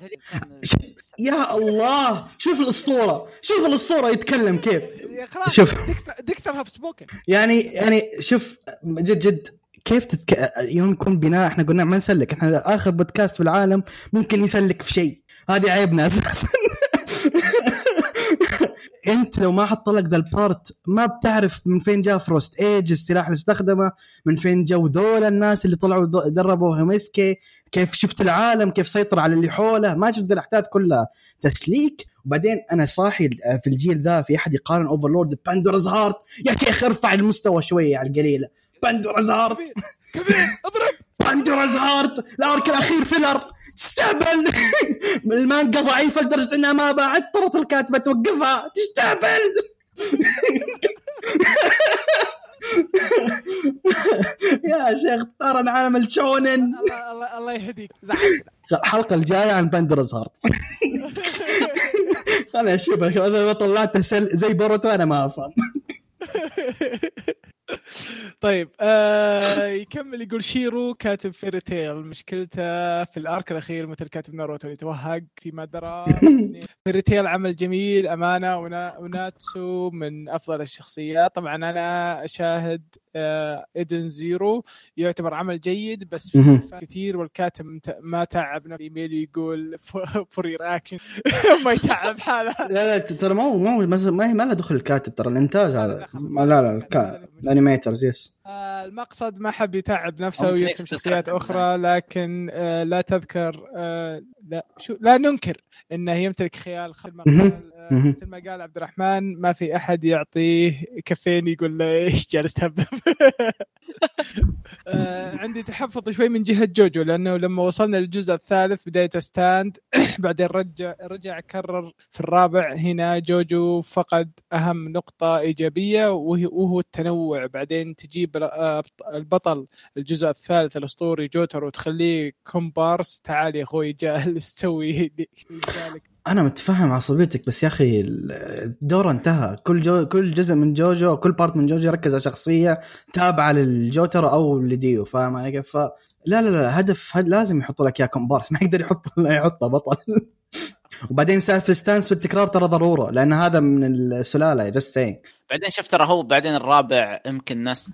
يا الله، شوف الاسطوره يتكلم كيف. شوف ديكستر هاف سبوكن. يعني شوف جد كيف يوم يكون بناء. احنا قلنا ما نسلك، احنا اخر بودكاست في العالم ممكن يسلك في شيء، هذه عيبنا اساسا. انت لو ما حط لك ذا البارت ما بتعرف من فين جاء فروست ايج، السلاح اللي استخدمه من فين جو ذول الناس اللي طلعوا دربوا هيمسكي، كيف شفت العالم كيف سيطر على اللي حوله، ما شفت الاحداث كلها تسليك. وبعدين انا صاحي في الجيل ذا في احد يقارن اوفرلورد باندورا's هارت، يا شيخ ارفع المستوى شويه على القليله. باندورا's هارت كبير اضرب باندورا's هارت الارك الاخير فيلر تستهبل. المانجا ضعيفه لدرجه انها ما بعد اضطرت الكاتبه توقفها، تستهبل. يا شيخ تقارن عالم الشونن. الله يهديك زعلت. الحلقه الجايه عن باندورا's هارت. انا اشوفك اذا طلعت زي بوروتو انا ما افهم. طيب يكمل يقول شيرو كاتب فيري تيل مشكلته في الارك الاخير مثل كاتب ناروتو اللي توهق فيما درى. فيري تيل عمل جميل امانه، وناتسو من افضل الشخصيات. طبعا انا اشاهد ايدن زيرو يعتبر عمل جيد بس في كثير، والكاتب ما تعبنا في ايميل يقول فور يور اكشن ما يتعب حاله. لا ترى ما له دخل الكاتب، ترى الانتاج هذا لا الانيميترز يس. المقصد ما حب يتعب نفسه ويرسم شخصيات اخرى، لكن لا تذكر لا ننكر انه يمتلك خيال مثل ما قال عبد الرحمن ما في احد يعطيه كفين يقول له ايش جالس تهبب. عندي تحفظ شوي من جهة جوجو، لأنه لما وصلنا للجزء الثالث بداية ستاند بعدين رجع كرر في الرابع. هنا جوجو فقد أهم نقطة إيجابية وهو التنوع. بعدين تجيب البطل الجزء الثالث الأسطوري جوترو وتخليه كومبارس. تعال يا أخوي جالس تسوي ذلك. أنا متفهم عصبيتك بس يا أخي الدور انتهى. كل جزء من جوجو كل بارت من جوجو يركز على شخصية تابعة للجوتر أو لديو، فاهم علي؟ لا هدف لازم يحط لك يا كومبارس، ما يقدر يحطه بطل. وبعدين سالفة ستانس بالتكرار ترى ضرورة لأن هذا من السلالة just saying. بعدين شفت ترى هو بعدين الرابع يمكن ناس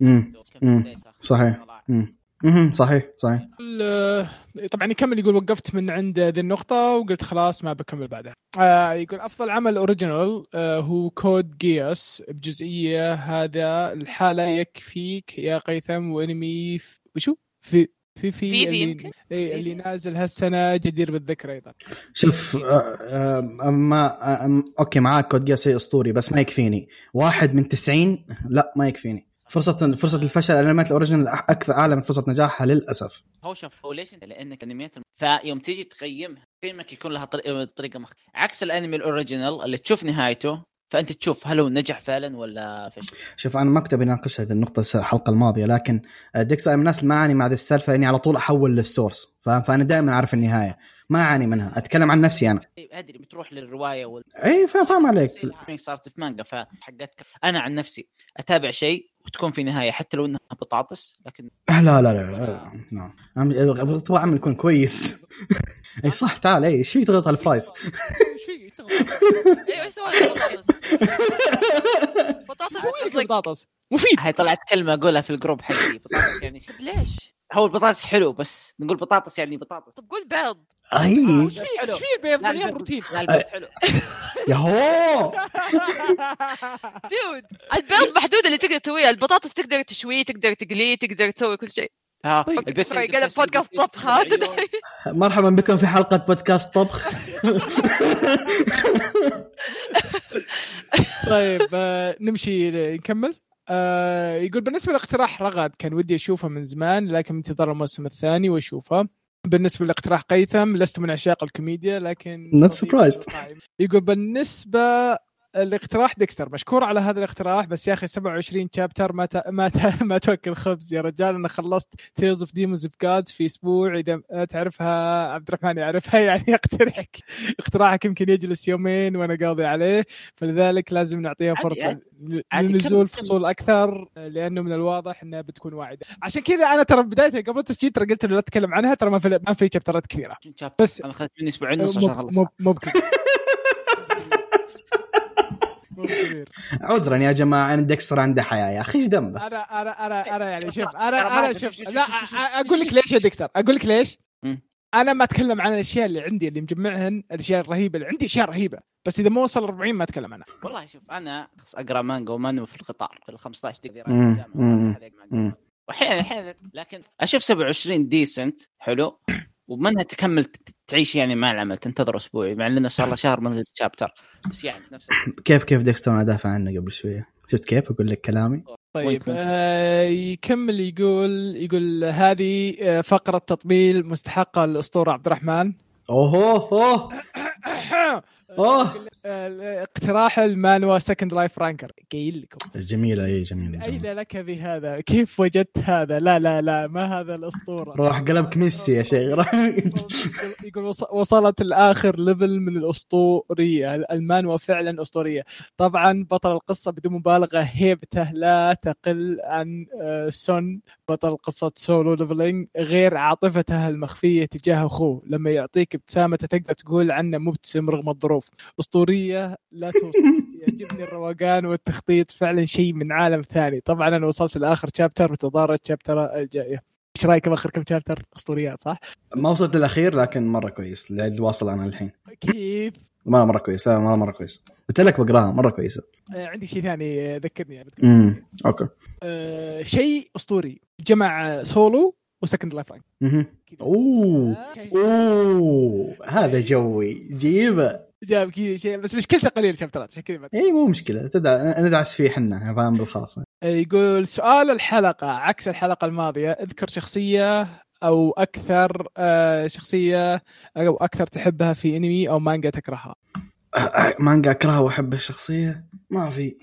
صحيح صحيح طبعا يكمل يقول وقفت من عند ذي النقطة وقلت خلاص ما بكمل بعدها. يقول أفضل عمل أوريجينال هو كود جياس بجزئية، هذا الحالة يكفيك يا قيثم. وانمي وشو في اللي نازل هالسنة جدير بالذكر أيضا. شوف أوكي معاك كود جياس أسطوري بس ما يكفيني 1 من 90. لا ما يكفيني. فرصة الفشل الانميات الاوريجينال اكثر اعلى من فرصة نجاحها للاسف. هو شوف هو ليش لانك انميات فيوم تيجي تقيمها قيمك يكون لها طريقة عكس الانمي الاوريجينال اللي تشوف نهايته فانت تشوف هل هو نجح فعلا ولا فشل. شوف انا ما كنت بناقش هذه النقطة الحلقة الماضية، لكن ديكستر من الناس اللي ما اعاني مع هذه السالفة اني على طول احول للسورس، فانا دائما اعرف النهاية ما اعاني منها. اتكلم عن نفسي انا ادري بتروح للرواية اي فاهم عليك. صارت في مانجا فحقتك. انا عن نفسي اتابع شيء وتكون في نهاية حتى لو انها بطاطس لكن لا ابغى اعمل يكون كويس. اي صح تعال اي شيء تضغط على الفرايز. ايش سوى بطاطس مفيد. هاي طلعت كلمة اقولها في الجروب حقي بطاطس يعني ليش هو البطاطس حلو بس نقول بطاطس يعني بطاطس. طب قول بيض. اي ايش في البيض مليان بروتين. لا البيض حلو يا هو دود البيض محدود اللي تقدر تسويه. البطاطس تقدر تشويه تقدر تقليه تقدر تسوي كل شيء. البيت قلب بودكاست طبخ هذا. مرحبا بكم في حلقة بودكاست طبخ. طيب نمشي نكمل. يقول بالنسبة لاقتراح رغد كان ودي أشوفه من زمان لكن انتظر الموسم الثاني وأشوفه. بالنسبة لاقتراح قيثم لست من عشاق الكوميديا لكن not surprised. يقول بالنسبة الاقتراح ديكستر مشكور على هذا الاقتراح بس يا أخي 27 شابتر ما توكل خبز يا رجال. أنا خلصت تيلز اوف ديمونز اوف جادز في أسبوع. إذا تعرفها عبد الرحمن يعرفها يعني اقتراحك يمكن يجلس يومين وأنا قاضي عليه، فلذلك لازم نعطيها فرصة لنزول فصول أكثر لأنه من الواضح أنها بتكون واعدة. عشان كذا أنا ترى بداية قبل التسجيل ترى قلت له لا أتكلم عنها، ترى ما في شابترات كثيرة بس أنا أخذت مني أسبوعين ونص عشان أخلص. ممكن عذرا يا جماعه انا ديكستر عنده حياه يا اخي ايش ذنبه. انا يعني شوف انا شوف لا اقول لك ليش يا ديكستر اقول لك ليش انا ما اتكلم عن الاشياء اللي عندي اللي مجمعهن، الاشياء الرهيبه اللي عندي اشياء رهيبه، بس اذا ما وصل 40 ما اتكلم عنها. والله شوف انا اقرا مانجا ومانو في القطار في ال 15 دقيقه واحيانا لكن اشوف 27 ديسنت حلو ومنها تكمل تعيش يعني مع العمل تنتظر اسبوعي مع اننا صار له شهر من الشابتر بس يعني نفس كيف ديكستر انا دافع عنه قبل شويه، شفت كيف اقول لك كلامي. طيب يكمل يقول هذه فقره تطبيل مستحقه للاسطوره عبد الرحمن. اوه اقتراح المانوا سكند لايف رانكر قايل لكم جميله اي جميله اين لك بهذا؟ كيف وجدت هذا؟ لا ما هذا الاسطوره، روح قلبك ميسي يا شيخ. يقول وصلت الاخر ليفل من الاسطوريه، المانوا فعلا اسطوريه. طبعا بطل القصه بدون مبالغه هيبته لا تقل عن سون بطل قصه سولو ليفلينج، غير عاطفته المخفيه تجاه اخوه لما يعطيك ابتسامه تقدر تقول عنه مبتسم رغم الظروف. اسطوريه لا توصف. يعجبني الروقان والتخطيط، فعلا شيء من عالم ثاني. طبعا انا وصلت لاخر شابتر وتظاهر الشابتر الجايه. ايش رايك باخر كم شابتر؟ اسطوريات صح؟ ما وصلت للاخير لكن مره كويس اللي واصل انا الحين. كيف مره كويس، لا مره كويس، قلت لك بقراها مره كويسه. عندي شيء ثاني ذكرني يعني. اوكي. شيء اسطوري جمع سولو وسكند لايف رانك. هذا جوي جيبه جاب كذا شيء، بس مشكلته قليل شابترات عشان كذا. اي مو مشكله، ندعس فيه حنا فاهم بالخاصه. يقول سؤال الحلقه عكس الحلقه الماضيه، اذكر شخصيه او اكثر شخصيه او اكثر تحبها في انمي او مانجا تكرهها. مانجا اكرهها واحبها شخصيه ما في.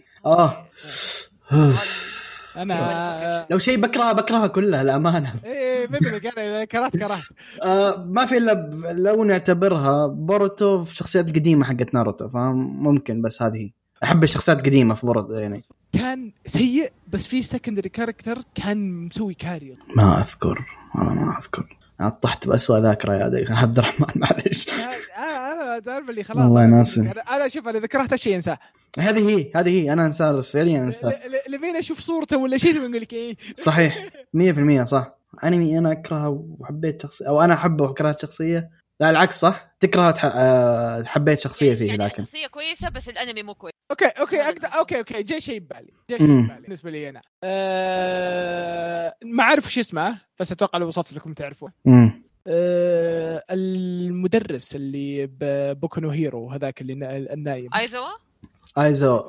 انا لو شيء بكرهها كلها الامانه. ايه مثلك انا كرهت ما في الا لو نعتبرها بوروتو في شخصيات قديمه حقت ناروتو، فاهم؟ ممكن بس هذه احب الشخصيات القديمه في بوروتو يعني. كان سيء بس في سكندري كاركتر كان مسوي كاريو. ما اذكر طحت بأسوأ ذاكرة يا عبد الرحمن معلش. انا تعرف اللي خلاص والله ناسي. انا شوف انا ذكرت الشيء انساه. هذه هي انا انساه فعليا انساه. لمين اشوف صورته ولا شيء ونقول لك ايه صحيح 100% صح. انمي انا اكرهه وحبيت شخصيه او انا احبه وكرهت شخصيه، لا العكس صح، تكره حبيت شخصيه فيه يعني لكن شخصيه كويسه بس الانمي مو كويس. اوكي جاي شيء ببالي بالنسبه لي انا ما اعرف ايش اسمه بس اتوقع لو وصفت لكم تعرفوه. المدرس اللي ببوكو نو هيرو هذاك اللي النايم ايزو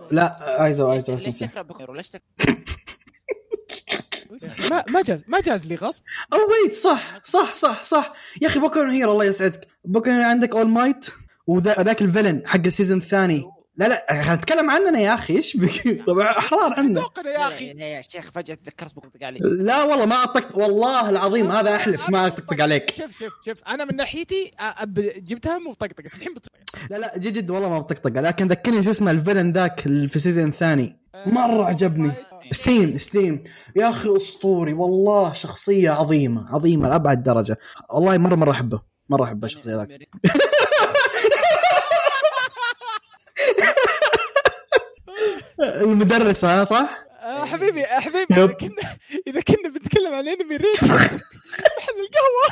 ما جاز لي غصب. ويت صح يا اخي بوكو نو هيرو الله يسعدك. بوكو نو عندك اول مايت وذاك الفيلن حق السيزون الثاني. لا نتكلم عننا يا اخي ايش بك؟ طبعا احرار عندنا يا اخي. يا شيخ فجاه تذكرت بطقطق عليك. لا والله ما اطقطق والله العظيم هذا احلف ما اطقطق عليك. شوف انا من ناحيتي جبتها مو بطقطق بس الحين بطقطق. لا جد والله ما بطقطق لكن ذكرني شو اسمه الفيلن ذاك في السيزون الثاني مره عجبني. ستيم يا اخي اسطوري والله، شخصيه عظيمه لابعد درجه والله. مره احبه الشخصيه ذاك. المدرس صح حبيبي اذا كنا بنتكلم عن انمي ريت محل القهوه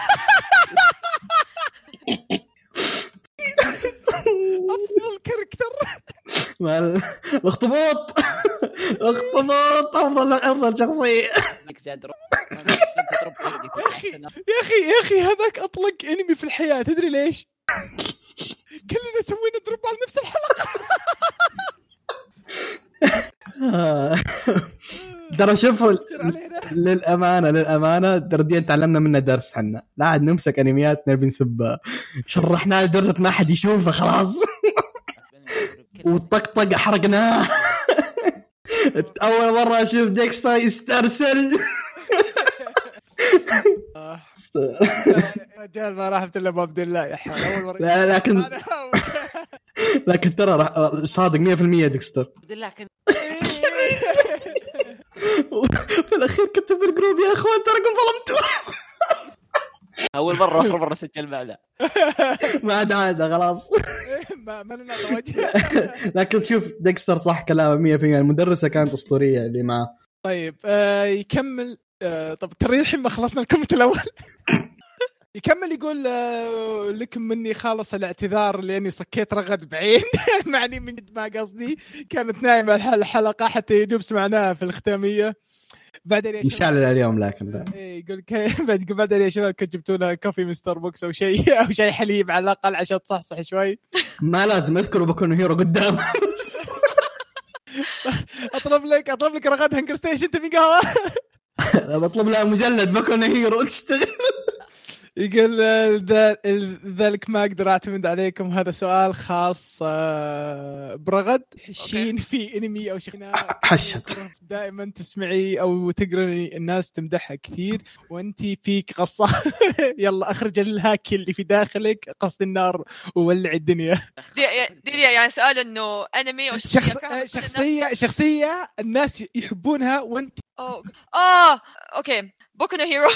افضل كاركتر الاخطبوط افضل شخصيه. يا اخي هذاك اطلق انمي في الحياه تدري ليش؟ كلنا سوينا دروب على نفس الحلقه. ترى شوفوا للأمانة دردين تعلمنا منه درس. حنا لا عاد نمسك أنميات نبي نسبها، شرحناه لدرجة ما حد يشوفه خلاص. وطقطق حرقناه. أول مرة أشوف ديكستر يسترسل. رجال ما راحت إلا باب الله يا حال أول مرة. لا لكن ترى صادق 100% ديكستر. لكن في الأخير كتب الجروب يا أخوان تراكم ظلمتوا. أول مرة وآخر مرة سجل بعدها. ما عاد خلاص. ما لنا وجه. لكن شوف ديكستر صح كلامه 100%. المدرسة كانت أسطورية اللي معه. طيب يكمل. طب ترى الحين ما خلصنا الكومنت الأول. يكمل يقول لكم مني خالص الاعتذار لاني صكيت رغد بعين. معني من جد ما قصدي، كانت نايمه الحلقه حتى يدوب سمعناها في الختاميه. بعدين يا مشعل اليوم لكن يقول بعدين يا شباب كنت جبتوا لنا كوفي من ستاربكس او شيء او شيء حليب على الاقل عشان تصحصح شوي. ما لازم اذكر بوكو نو هيرو قدام. اطلب لك رغد هنجر ستيشن تبي قهوه؟ بطلب لها مجلد بوكو نو هيرو تشتغل. يقول ذلك ما أقدر أعتمد عليكم، هذا سؤال خاص برغد. حشين في انمي أو شيء حشت دائما تسمعي أو تقرأي الناس تمدحها كثير وأنتي فيك قصة. يلا أخرج الهاكي اللي في داخلك، قصد النار وولع الدنيا. دي يعني سؤال إنه انمي أو شخصية الناس يحبونها وأنت أوكي بوكو نو هيرو.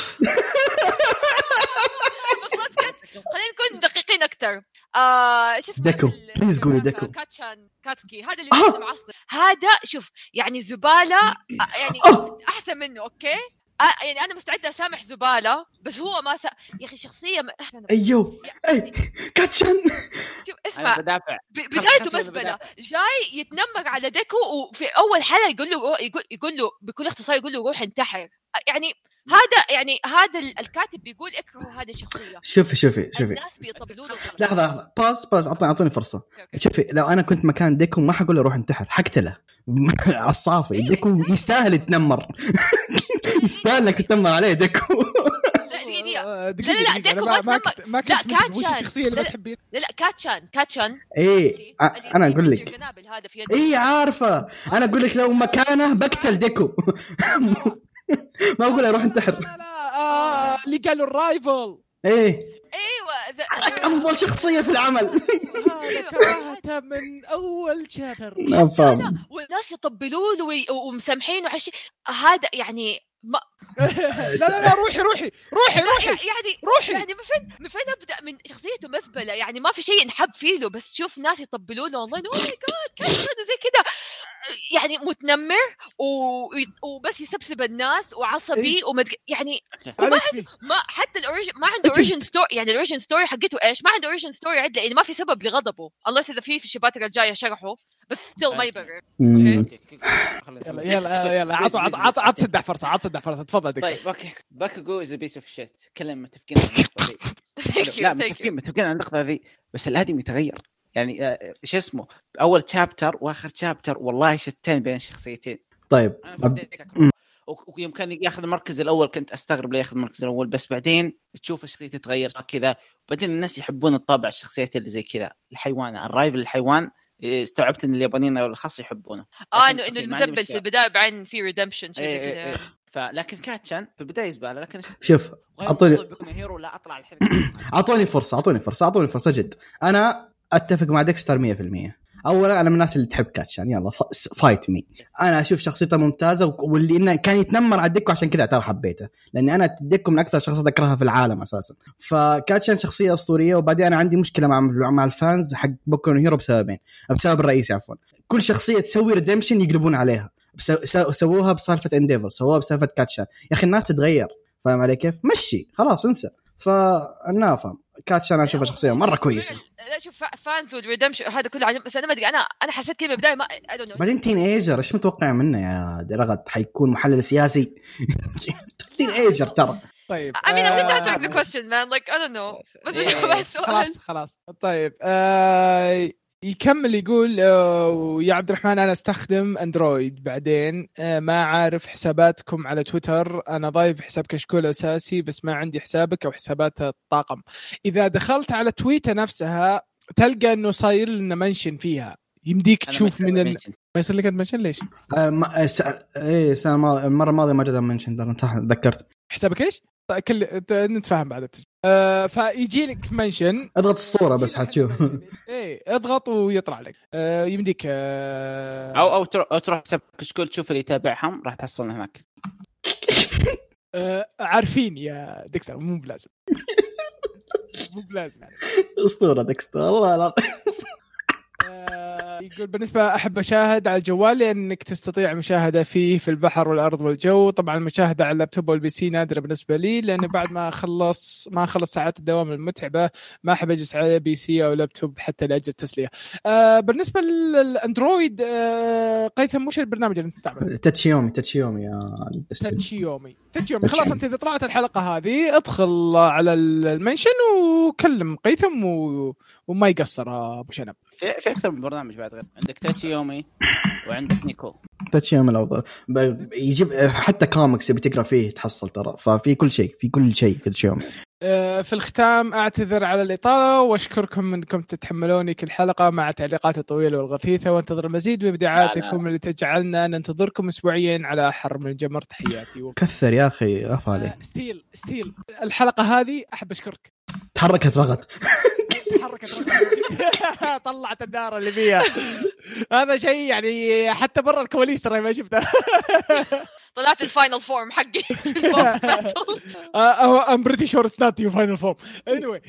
خلينا نكون دقيقين أكتر. شو اسمه ديكو بليز قولي ديكو. كاتسكي هذا اللي معصب. هذا شوف يعني زبالة يعني أحسن منه. أوكي يعني أنا مستعدة أسامح زبالة بس هو ما يا أخي شخصية أيوه أي كاتشان. شوف اسمع بدايته مزبلة جاي يتنمر على ديكو وفي أول حلقة يقول له بكل اختصار يقول له روح انتحر. يعني هذا الكاتب بيقول اكرهوا هذه الشخصية. شوفي الناس بيطبلوا له. لحظة باس أعطوني فرصة. شوفي لو أنا كنت مكان ديكو ما حقول له روح انتحر، حقتله عالصافي. ديكو يستاهل يتنمر. يستاهل انك تتنمر عليه ديكو. لا ديكو ما كاتشان الشخصية اللي تحبين. لا كاتشان ايه انا اقول لك ايه عارفه. انا اقول لك لو مكانه بقتل ديكو. ما اقول اروح انتحر. لا اللي قالوا الرايفل. ايه ايوه افضل شخصيه في العمل. كرهتها من اول شابتر. ما فاهم والناس يطبلوا له ومسامحين وعشي. هذا يعني ما لا روحي يعني من فين ابدا من شخصيته مزبله. يعني ما في شيء نحب فيه له بس تشوف ناس يطبلوا له والله اوه ماي جاد كيف زي كذا يعني متنمر وبس يسبسب الناس وعصبي يعني ما حتى الاوريجن ما عنده اوريجن ستوري. يعني الاوريجن ستوري حقته ايش؟ ما عنده اوريجن ستوري عدل يعني ما في سبب لغضبه. الله اذا في الشباتر الجايه شرحه بس ستيل ما يبرر. يلا عط صدح فرصه تفضل دكتور. طيب اوكي باكوغو از بيس اوف شيت. كلام متفقين على النقطه ذي. لا متفقين على النقطه ذي بس الادمي يتغير. يعني ايش اسمه اول تشابتر واخر تشابتر والله شتان بين الشخصيتين. طيب ويمكن ياخذ المركز الاول. كنت استغرب ليه ياخذ المركز الاول بس بعدين تشوف الشخصيه تتغير كذا. وبعدين الناس يحبون الطابع الشخصيات اللي زي كذا. الحيوان الرايفل الحيوان استوعبت ان اليابانيين الخاص يحبونه انه المزبل في البدايه بعدين في ريدمشن شيء كذا. فلكن كاتشان في البدايه زباله. لكن شوف اعطوني هيرو لا اطلع الحين. اعطوني فرصه جد. انا اتفق مع ديكستر 100%. اولا انا من الناس اللي تحب كاتشان يلا فايت مي. انا اشوف شخصيته ممتازه واللي انه كان يتنمر على ديكو عشان كذا ترى حبيته لاني انا ديكو من اكثر شخصيات اكرهها في العالم اساسا. فكاتشان شخصيه اسطوريه. وبعدين انا عندي مشكله مع الفانز حق بوكو نو هيرو بسبب الرئيسي عفوا. كل شخصيه تسوي ريدمشن يقلبون عليها. سووها بسالفه انديفر سووها بسالفه كاتشان. يا اخي الناس تتغير فاهم علي كيف؟ مشي خلاص انسى. فانا فاهم كاتشان انا اشوفها شخصيه مره كويسه. لا شوف فانز والريدمشن هذا كله عجب بس انا ما ادري انا حسيت كذا بدايه ما بعدين تين ايجر ايش متوقع منه يا رغد؟ حيكون محلل سياسي. تين ايجر ترى. طيب I mean I'm just answering the question man like I don't know بس خلاص طيب يكمل يقول يا عبد الرحمن أنا أستخدم أندرويد بعدين ما عارف حساباتكم على تويتر. أنا ضايف حساب كشكول أساسي بس ما عندي حسابك أو حسابات الطاقم. إذا دخلت على تويتر نفسها تلقى أنه صاير لنا منشن فيها. يمديك تشوف من ما يصير لك منشن ليش؟ المرة الماضية ما جدا منشن ذكرت حسابك إيش؟ نتفاهم بعد فيجي لك منشن اضغط الصورة بس حتشوف. ايه اضغط ويطلع لك يمديك او تروح حساب كشكول تشوف اللي يتابعهم راح تحصلنا هناك. عارفين يا ديكستر مو بلازم مو بلازم اسطورة ديكستر والله لا. يقول بالنسبة أحب أشاهد على الجوال لأنك تستطيع المشاهدة فيه في البحر والأرض والجو. طبعا المشاهدة على اللابتوب والبي سي نادرة بالنسبة لي، لأن بعد ما أخلص ساعات الدوام المتعبة ما أحب أجلس على بي سي أو لابتوب حتى لأجل التسلية. بالنسبة للأندرويد قيثم وش البرنامج اللي تستعمله؟ تاتشيومي يا تاتشيومي. خلاص أنت إذا طلعت الحلقة هذه ادخل على المنشن وكلم قيثم وما يقصر أبو شنب. في أكثر من برنامج بعد غير عندك تاتشيومي وعندك نيكو. تاتشيومي الأفضل يجيب حتى كوميكس بتقرأ فيه تحصل ترى، ففي كل شيء تاتشيومي. في الختام أعتذر على الإطالة وأشكركم أنكم تتحملوني كل حلقة مع تعليقات الطويلة والغثيثة، وانتظر المزيد من إبداعاتكم اللي تجعلنا ننتظركم أسبوعيا على حر من الجمر. تحياتي. كثر يا أخي أفعله. ستيل الحلقة هذه أحب أشكرك. تحركت رغد طلعت النار اللي فيها. هذا شيء يعني حتى برا الكواليس ترى ما شفته. طلعت الفاينل فورم حقي. I'm pretty sure it's not your final form. Anyway.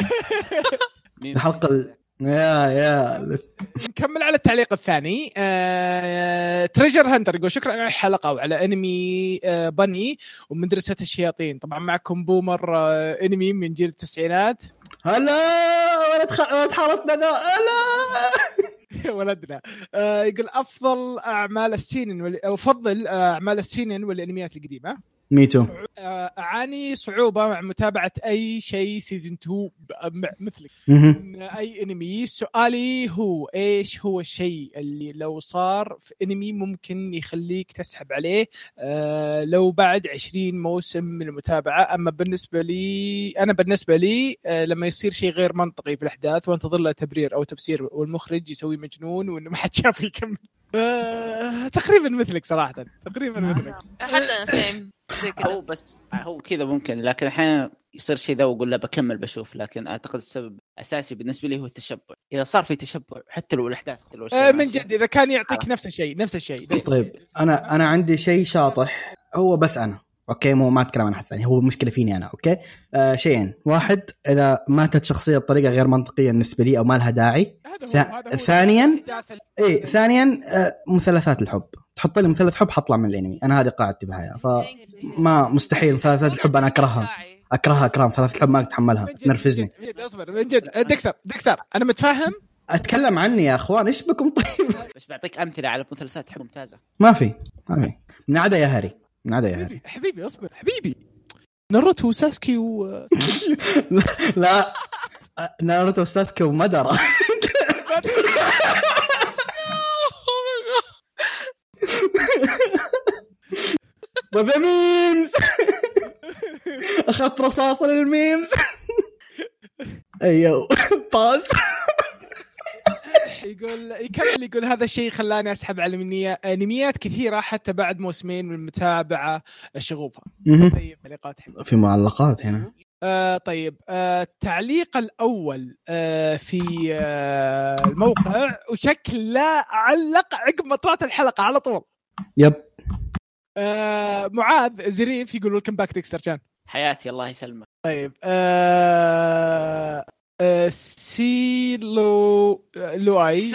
الحلقة يا نكمل على التعليق الثاني. تريجر هانتر يقول شكرا على الحلقة وعلى انمي بني ومدرسة الشياطين. طبعا معكم بومر انمي من جيل التسعينات. هلا ولد حارتنا هلا ولدنا. يقول أفضل أعمال السينن أو فضل أعمال السينن والأنميات القديمة. ميتو. أعاني صعوبة مع متابعة أي شيء سيزن 2 مثلك أي أنمي. سؤالي هو إيش هو الشيء اللي لو صار في أنمي ممكن يخليك تسحب عليه لو بعد 20 موسم من المتابعة؟ أما بالنسبة لي لما يصير شيء غير منطقي في الأحداث وانتظر له تبرير أو تفسير والمخرج يسوي مجنون وإنه ما حد شاف يكمل. تقريبا مثلك صراحة، تقريبا مثلك. حتى هو كذا ممكن، لكن أحيانا يصير شيء ذا وأقول لا بكمل بشوف. لكن أعتقد السبب الأساسي بالنسبة لي هو التشبع. إذا صار في تشبع حتى لو الأحداث من جد إذا كان يعطيك نفس الشيء. طيب أنا عندي شيء شاطح، هو بس أنا أوكي ما أتكلم عن حد ثاني، هو مشكلة فيني أنا. أوكي شيئين، واحد إذا ماتت شخصية بطريقة غير منطقية بالنسبة لي أو ما لها داعي. ثانيا مثلثات الحب. تحط لي مثلث حب حطلع من الانمي. انا هذه قاعدتي بالحياه، فما مستحيل مثلثات الحب انا اكرهها مثلثات الحب ما اتحملها، تنرفزني. اصبر من جد. دكسر انا متفهم، اتكلم عني يا اخوان ايش بكم؟ طيب بس بعطيك امثله على مثلثات حب ممتازه. ما في من عدا يا هاري حبيبي اصبر حبيبي. ناروتو وساسكي لا ناروتو وساسكي ومدرة. وذا ميمز. أخذت رصاصة للميمز. أيوه باز. يقول هذا الشيء خلاني أسحب على أنميات كثيرة حتى بعد موسمين من المتابعة الشغوفة. طيب تعليقات في معلقات هنا. طيب التعليق الأول في الموقع وشكل لا علق عقب ما طلعت الحلقة على طول. يب. معاذ زريف يقول ويلكم باك ديكستر كان حياتي الله يسلمك. طيب سيلوي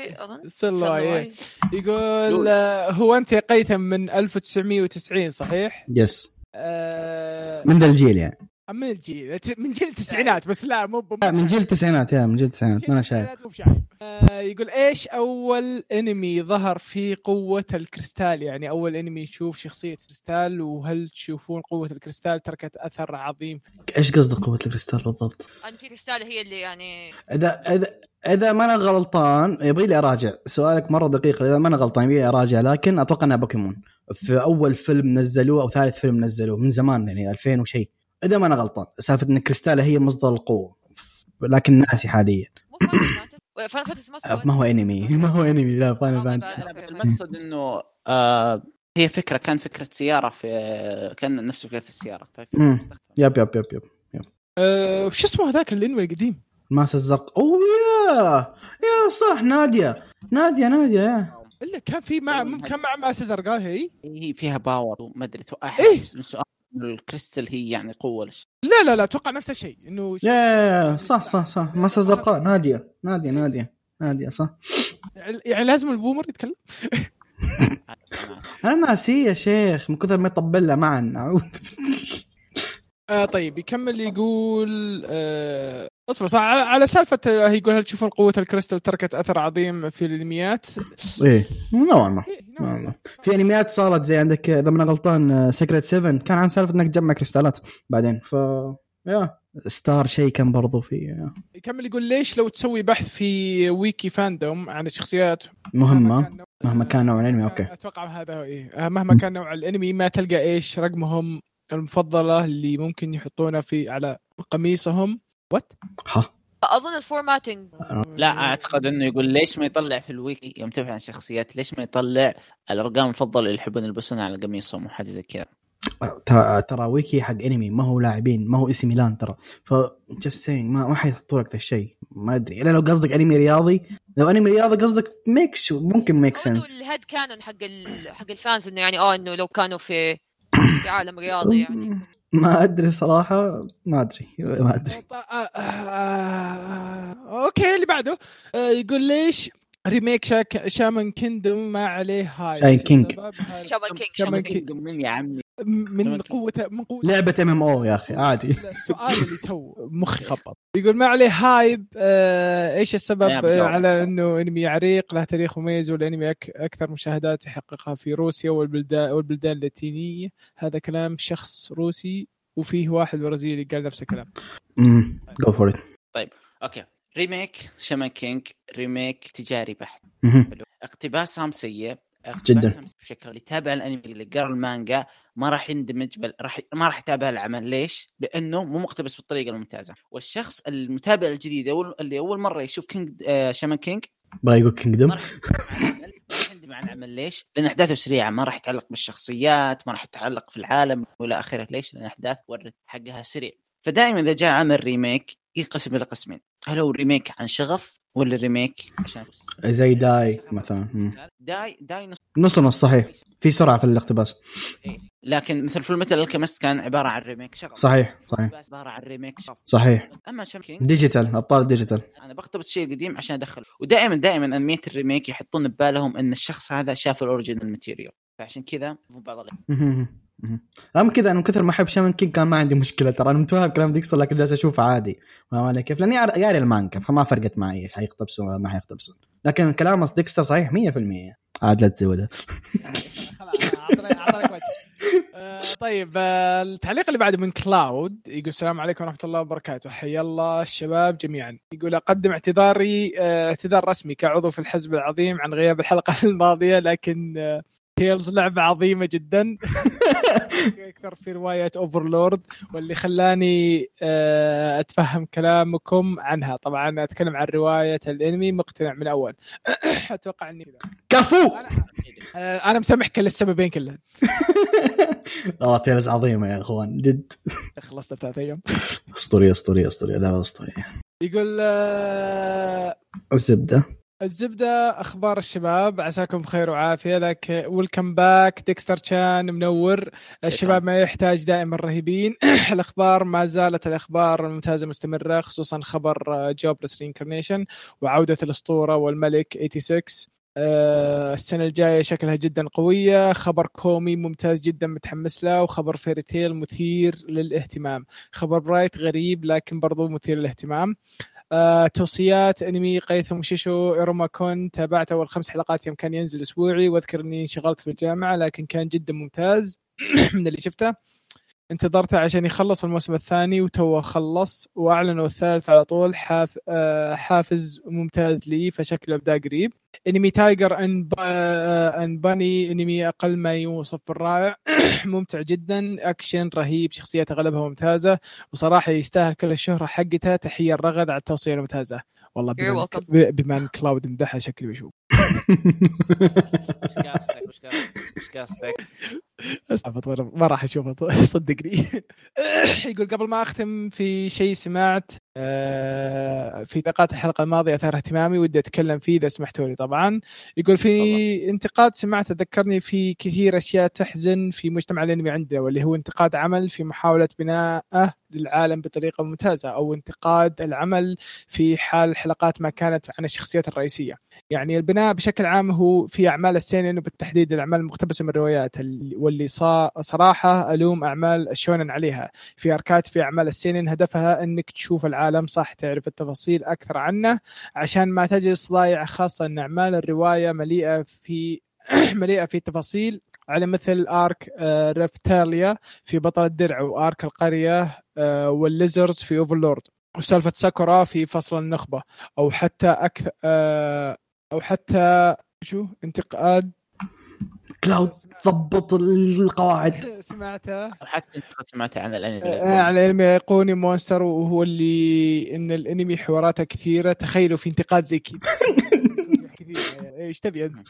يقول هو أنت قيثم من 1990 صحيح؟ يس. من ذا الجيل يعني. من جيل التسعينات بس لا مو من جيل التسعينات من جيل التسعينات ما أنا شايف. يقول إيش أول أنمي ظهر في قوة الكريستال؟ يعني أول أنمي نشوف شخصية كريستال، وهل تشوفون قوة الكريستال تركت أثر عظيم؟ إيش قصدك قوة الكريستال بالضبط؟ الكريستال هي اللي يعني إذا ما أنا غلطان يبغي لي أراجع سؤالك مرة دقيق. إذا ما أنا غلطان يبغي لي أراجع، لكن أتوقع أنها بوكيمون في أول فيلم نزلوه أو ثالث فيلم نزلوه من زمان يعني 2000 وشيء. إذا ما أنا غلطان سالفة إن الكريستال هي مصدر القوة، لكن ناسي حاليا. ما هو أنمي لا فاينل فانتسي. المقصد إنه هي كان فكرة سيارة كان نفس فكرة السيارة. يب وش اسمه هذاك الانمي القديم؟ ماس الزرق. يا صح نادية يا إلا كان في كان مع ماس الزرقاء. هي فيها باور وما أدري سؤال الكريستال هي يعني قوة لش. لا اتوقع نفس الشيء انه صح ماس الزرقاء نادية عادي صح. يعني لازم البومر يتكلم. انا ناسي يا شيخ من كثر ما يطبل له معنا. طيب يكمل يقول اصبر صح على سالفه يقول هل تشوفون قوه الكريستال تركت اثر عظيم في الانميات؟ ايه نوعا ما في انميات صارت زي عندك اذا ما غلطان سيكريت 7 كان عن سالفه انك تجمع كريستالات بعدين يا ستار شيء كان برضو في. يكمل يقول ليش لو تسوي بحث في ويكي فاندوم عن الشخصيات مهما كان نوع الانمي اوكي اتوقع هذا ايه مهما كان نوع الانمي ما تلقى ايش رقمهم المفضله اللي ممكن يحطونها في على قميصهم اظن الفورماتنج. لا اعتقد انه يقول ليش ما يطلع في الويكي يوم تبحث عن شخصيات ليش ما يطلع الارقام المفضله اللي يحبون يلبسونها على قميصهم وحاجه زي كذا. ترى ويكي حق انمي ما هو لاعبين ما هو اسم ميلان ترى just saying ما حيحطوا لك ذا الشيء ما ادري الا لو قصدك انمي رياضي. لو انمي رياضي قصدك ممكن ميك سنس الهيد كانون حق الفانز انه يعني انه لو كانوا في عالم رياضي يعني ما ادري صراحه ما ادري اوكي اللي بعده يقول ليش ريميك شامان كيندوم ما عليه هاي شامان كينج من يا عمي من قوة لعبة MMO يا أخي عادي. السؤال اللي تو مخي خبط يقول ما عليه هايب إيش السبب على إنه أنمي عريق له تاريخ مميز والأنمي أكثر مشاهدات يحققها في روسيا والبلدان اللاتينية. هذا كلام شخص روسي وفيه واحد برازيلي قال نفس الكلام. go for it. طيب أوكي ريميك شامان كينج ريميك تجاري بحت اقتباسهم سيء جدا بشكل اللي تابع الانمي اللي قرأ المانجا ما راح يندمج ما راح يتابع العمل. ليش؟ لانه مو مقتبس بالطريقه الممتازه. والشخص المتابع الجديد اللي اول مره يشوف كينج شامان كينج بايجو كينجدم يندمج عن العمل. ليش؟ لان احداثه سريعه ما راح يتعلق بالشخصيات ما راح يتعلق في العالم ولا اخره. ليش؟ لان احداث ورد حقها سريع. فدائما اذا جاء عمل ريميك ينقسم الى قسمين. هل هو ريميك عن شغف ولا ريميك عشان زي داي مثلا؟ داي نص صحيح في سرعه في الاقتباس. لكن مثل فيلم مثل الكيمست كان عباره عن ريميك شغف. صحيح عباره عن ريميك شغف. صحيح. اما شامكين ديجيتال ابطال ديجيتال انا بقتبس شيء قديم عشان ادخله. ودائما انميه الريميك يحطون ببالهم ان الشخص هذا شاف الاوريجينال ماتيريال فعشان كذا مو بعض رغم كذا أنا كثر ما أحب شامان كينج كان ما عندي مشكلة ترى أنا متوهم كلام ديكستر لكن جالس أشوفه عادي ما أنا كيف لأني قاري المانجا فما فرقت معي حيقتبسون ولا ما حيقتبسون. لكن كلام ديكستر صحيح 100% عاد لا تزوده. طيب التعليق اللي بعده من كلاود يقول السلام عليكم ورحمة الله وبركاته. حيا الله الشباب جميعا. يقول أقدم اعتذار رسمي كعضو في الحزب العظيم عن غياب الحلقة الماضية لكن تيلز لعبة عظيمة جدا أكثر في رواية أوفرلورد واللي خلاني أتفهم كلامكم عنها. طبعا أتكلم عن رواية الأنمي مقتنع من أول. أتوقع أني كفو أنا مسامح كل السببين كلها. تيلز عظيمة يا أخوان جد. خلصت 3 أيام. أسطورية لا أسطورية. يقول الزبدة أخبار الشباب عساكم بخير وعافية. لك ويلكم باك ديكستر تشان منور. الشباب ما يحتاج دائما رهيبين. الأخبار ما زالت الأخبار الممتازة مستمرة خصوصا خبر جوبلس رينكارنيشن وعودة الأسطورة والملك 86. السنة الجاية شكلها جدا قوية. خبر كومي ممتاز جدا متحمس له وخبر فيريتيل مثير للاهتمام. خبر برايت غريب لكن برضو مثير للاهتمام. توصيات انمي قيثم شيشو إيروماكون تابعت اول 5 حلقات يوم كان ينزل اسبوعي واذكر اني انشغلت في الجامعة لكن كان جدا ممتاز من اللي شفته. انتظرته عشان يخلص الموسم الثاني وتوه خلص واعلنوا الثالث على طول. حافز ممتاز لي فشكله بدأ قريب. انمي تايجر ان باني انمي اقل ما يوصف بالرائع. ممتع جدا اكشن رهيب شخصيات اغلبها ممتازه وصراحه يستاهل كل الشهره حقتها. تحيه الرغد على التوصيه الممتازه. والله بما ان كلاود مدحها شكلي بشوف. وش قصدك ما راح اشوفه صدقني. يقول قبل ما اختم في شيء سمعت في نقاط الحلقه الماضيه اثار اهتمامي ودي اتكلم فيه اذا سمحتوا لي. طبعا يقول في انتقاد سمعت ذكرني في كثير اشياء تحزن في مجتمع الانمي عندنا واللي هو انتقاد عمل في محاوله بناءه للعالم بطريقة ممتازة، أو انتقاد العمل في حال الحلقات ما كانت عن الشخصيات الرئيسية. يعني البناء بشكل عام هو في أعمال السينين، وبالتحديد الأعمال المقتبسة من الروايات، واللي صراحة ألوم أعمال الشونن عليها. في أركات في أعمال السينين هدفها أنك تشوف العالم صح، تعرف التفاصيل أكثر عنه عشان ما تجلس ضايع، خاصة أن أعمال الرواية مليئة في تفاصيل، على مثل آرك ريفتاليا في بطل الدرع، وآرك القرية والليزرز في أوفرلورد، وسالفة ساكورا في فصل النخبة، أو حتى شو انتقاد كلاود ضبط القواعد. سمعته، أو حتى انت سمعت عن الانمي على الانمي الايقوني مونستر، وهو اللي ان الانمي حواراته كثيره. تخيلوا في انتقاد زي كذا ايش تبي انت؟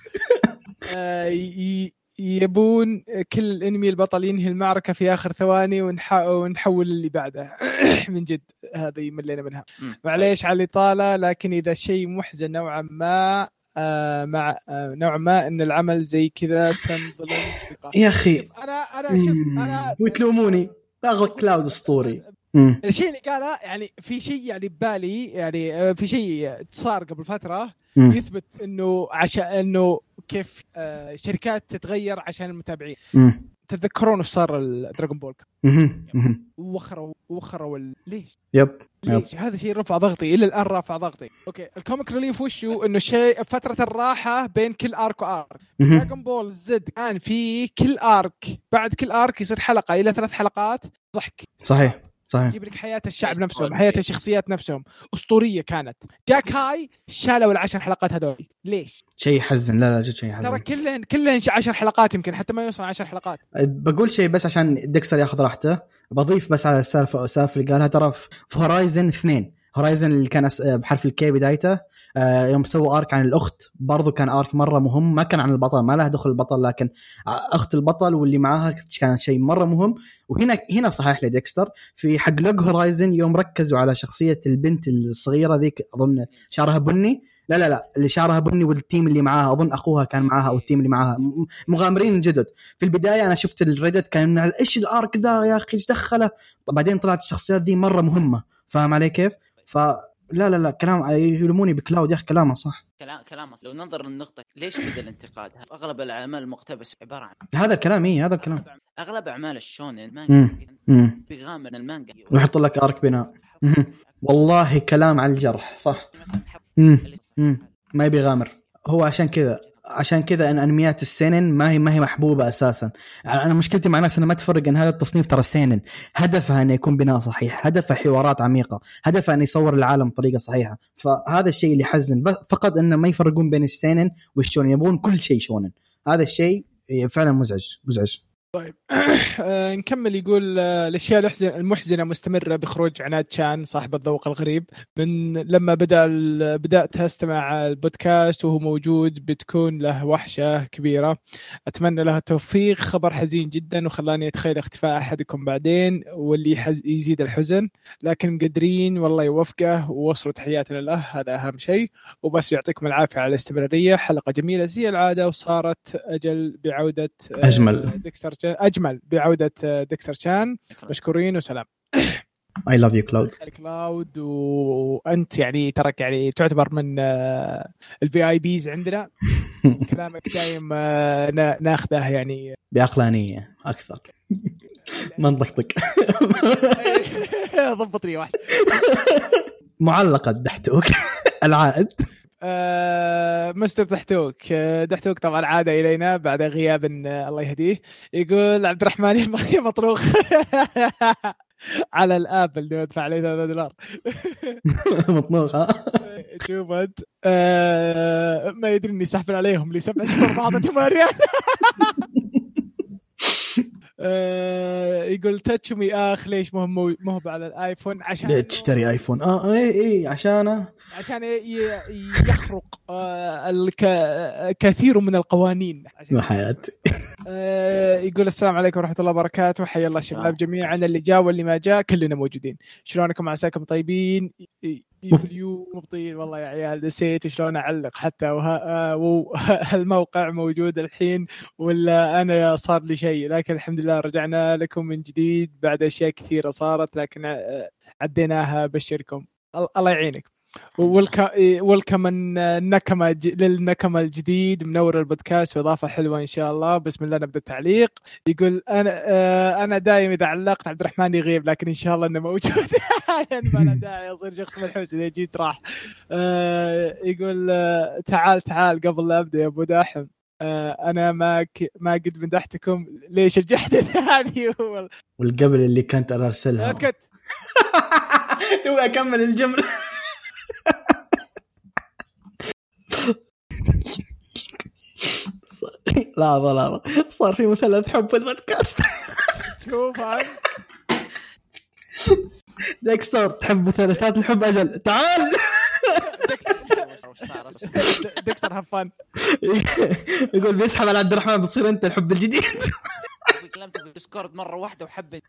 يبون كل الانمي البطل ينهي المعركه في اخر ثواني ونحول اللي بعده. من جد هذه ملينا منها. معليش على الاطاله، لكن اذا شيء محزن نوعا ما نوعا ما ان العمل زي كذا تنظلم. يا اخي انا وتلوموني اغلق كلاود اسطوري. الشيء اللي قاله يعني في شيء يعني ببالي، يعني في شيء صار قبل فتره يثبت انه عشان انه كيف شركات تتغير عشان المتابعين. تتذكرون ايش صار الدراغون بول؟ وخروا ليش؟ يب. هذا شيء رفع ضغطي الى الان، رافع ضغطي. اوكي الكوميك ريليف وشو انه شيء فتره الراحه بين كل ارك وارك. دراغون بول زد كان في كل ارك بعد كل ارك يصير حلقه الى 3 حلقات ضحك. صحيح يجيب لك حياة الشعب نفسهم، حياة الشخصيات نفسهم، أسطورية كانت. جاك هاي شالوا 10 حلقات هذول ليش؟ شيء حزن. لا جد شيء حزن. ترى كلهن 10 حلقات، يمكن حتى ما يوصل 10 حلقات. بقول شيء بس عشان ديكستر ياخذ راحته، بضيف بس على السالفة اللي قالها. ترى في هورايزن 2 هورايزن اللي كان بحرف الكي بدايته، يوم سووا آرك عن الأخت، برضو كان آرك مرة مهم، ما كان عن البطل، ما له دخل البطل، لكن أخت البطل واللي معاها كان شيء مرة مهم. وهنا صحيح لديكستر في حق لوج هورايزن يوم ركزوا على شخصية البنت الصغيرة ذيك، أظن شعرها بني، لا اللي شعرها بني، والتيم اللي معاها أظن أخوها كان معاها، أو التيم اللي معاها مغامرين جدد. في البداية أنا شفت الريدت كان إيش الآرك ذا يا أخي إيش دخله، بعدين طلعت الشخصيات ذي مرة مهمة. فاهم علي كيف؟ لا كلام يلوموني بكلاود يا اخي، كلامه صح. كلامه لو ننظر للنقطه ليش بدا الانتقاد. اغلب الاعمال المقتبسه عباره عن هذا الكلام. هذا الكلام. اغلب اعمال الشونن مانجا بيغامر المانجا ويحط لك ارك بناء. والله كلام على الجرح صح. ما يبي غامر هو. عشان كذا ان انميات السينن ما هي محبوبه اساسا. انا مشكلتي مع ناس انا ما تفرق ان هذا التصنيف ترى السينن هدفها انه يكون بناء صحيح، هدفها حوارات عميقه، هدفها ان يصور العالم بطريقه صحيحه. فهذا الشيء اللي يحزن فقط انه ما يفرقون بين السينن والشونن، يبون كل شيء شونن. هذا الشيء فعلا مزعج. طيب نكمل. يقول الاشياء المحزنه مستمره بخروج عناد شان صاحب الذوق الغريب. من لما بدات استمع البودكاست وهو موجود بتكون له وحشه كبيره. اتمنى له التوفيق. خبر حزين جدا وخلاني اتخيل اختفاء احدكم بعدين، واللي يزيد الحزن، لكن مقدرين والله يوفقه ووصلوا تحياتنا له، هذا اهم شيء. وبس يعطيكم العافيه على الاستمراريه. حلقه جميله زي العاده، وصارت اجل بعوده أجمل بعودة ديكستر شان. مشكورين وسلام. I love you كلاود. وأنت يعني ترك يعني تعتبر من الVIPs عندنا. كلامك دايم ناخذه يعني بعقلانية أكثر. منطقتك. ضبطني واحد. معلقة دحتوك العائد. مستر دحتوك طبعا عاد إلينا بعد غياب الله يهديه. يقول عبد الرحمن مطروخ على الآبل ندفع عليه $3 مطنوخ. شوف أنت ما يدري إني سحب عليهم لي 7 شهور بعض ريال. يقول تاتشمي ليش مهب على الايفون؟ عشان تشتري ايفون اي عشان يخرق كثير من القوانين. حياتي. يقول السلام عليكم ورحمه الله وبركاته. حيا الله الشباب جميعا، اللي جاء واللي ما جاء كلنا موجودين. شلونكم؟ عساكم طيبين؟ مبطين والله يا عيال، نسيت شلون اعلق حتى الموقع موجود الحين ولا انا صار لي شيء، لكن الحمد لله رجعنا لكم من من جديد بعد أشياء كثيرة صارت، لكن عديناها. بشركم الله يعينك. والكم النكمة للنكمة الجديد منور البودكاست وإضافة حلوة إن شاء الله. بسم الله نبدأ التعليق. يقول أنا دايم إذا علقت عبد الرحمن يغيب، لكن إن شاء الله إنه موجود. يعني ما له داعي يصير شخص منحوس إذا جيت راح. يقول تعال قبل لا أبدأ يا أبو داحم، أنا ما قد مدحتكم ليش الجحد الثاني والقبل اللي كنت أرسلها. اسكت. تبغى أكمل الجملة. لا صار في مثلث حب في البودكاست. شوف هاي ديكستر تحب مثلثات الحب. أجل تعال. ديكستر هفان. يقول بيسحب على عبد الرحمن بتصير أنت الحب الجديد. كلمت بالديسكورد مرة واحدة وحبت.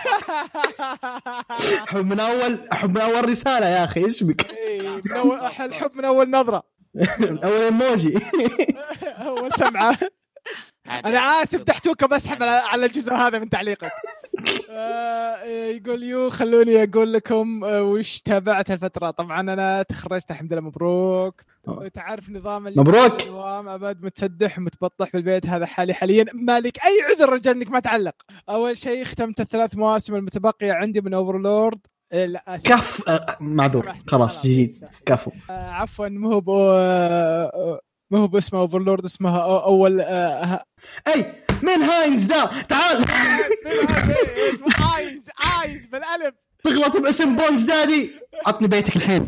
حب من أول رسالة يا أخي إيش بك؟ من أول الحب من أول نظرة. أول إيموجي. أول سمعة. أنا آسف تحتوك بسحب على الجزء هذا من تعليقك. يقول خلوني أقول لكم وش تابعت الفترة. طبعا أنا تخرجت الحمد لله، مبروك. تعرف نظام مبروك. نظام أبد متسدح ومتبطح في البيت، هذا حاليا. مالك أي عذر رجال إنك ما تعلق. أول شيء ختمت 3 مواسم المتبقية عندي من أوفرلورد. كف معذور خلاص جديد كفو. عفوا ما هو باسمه اوفرلورد، اسمها اول اي من هاينز ده. تعال. عايز بالالف تغلط باسم بونز دادي. عطني بيتك الحين.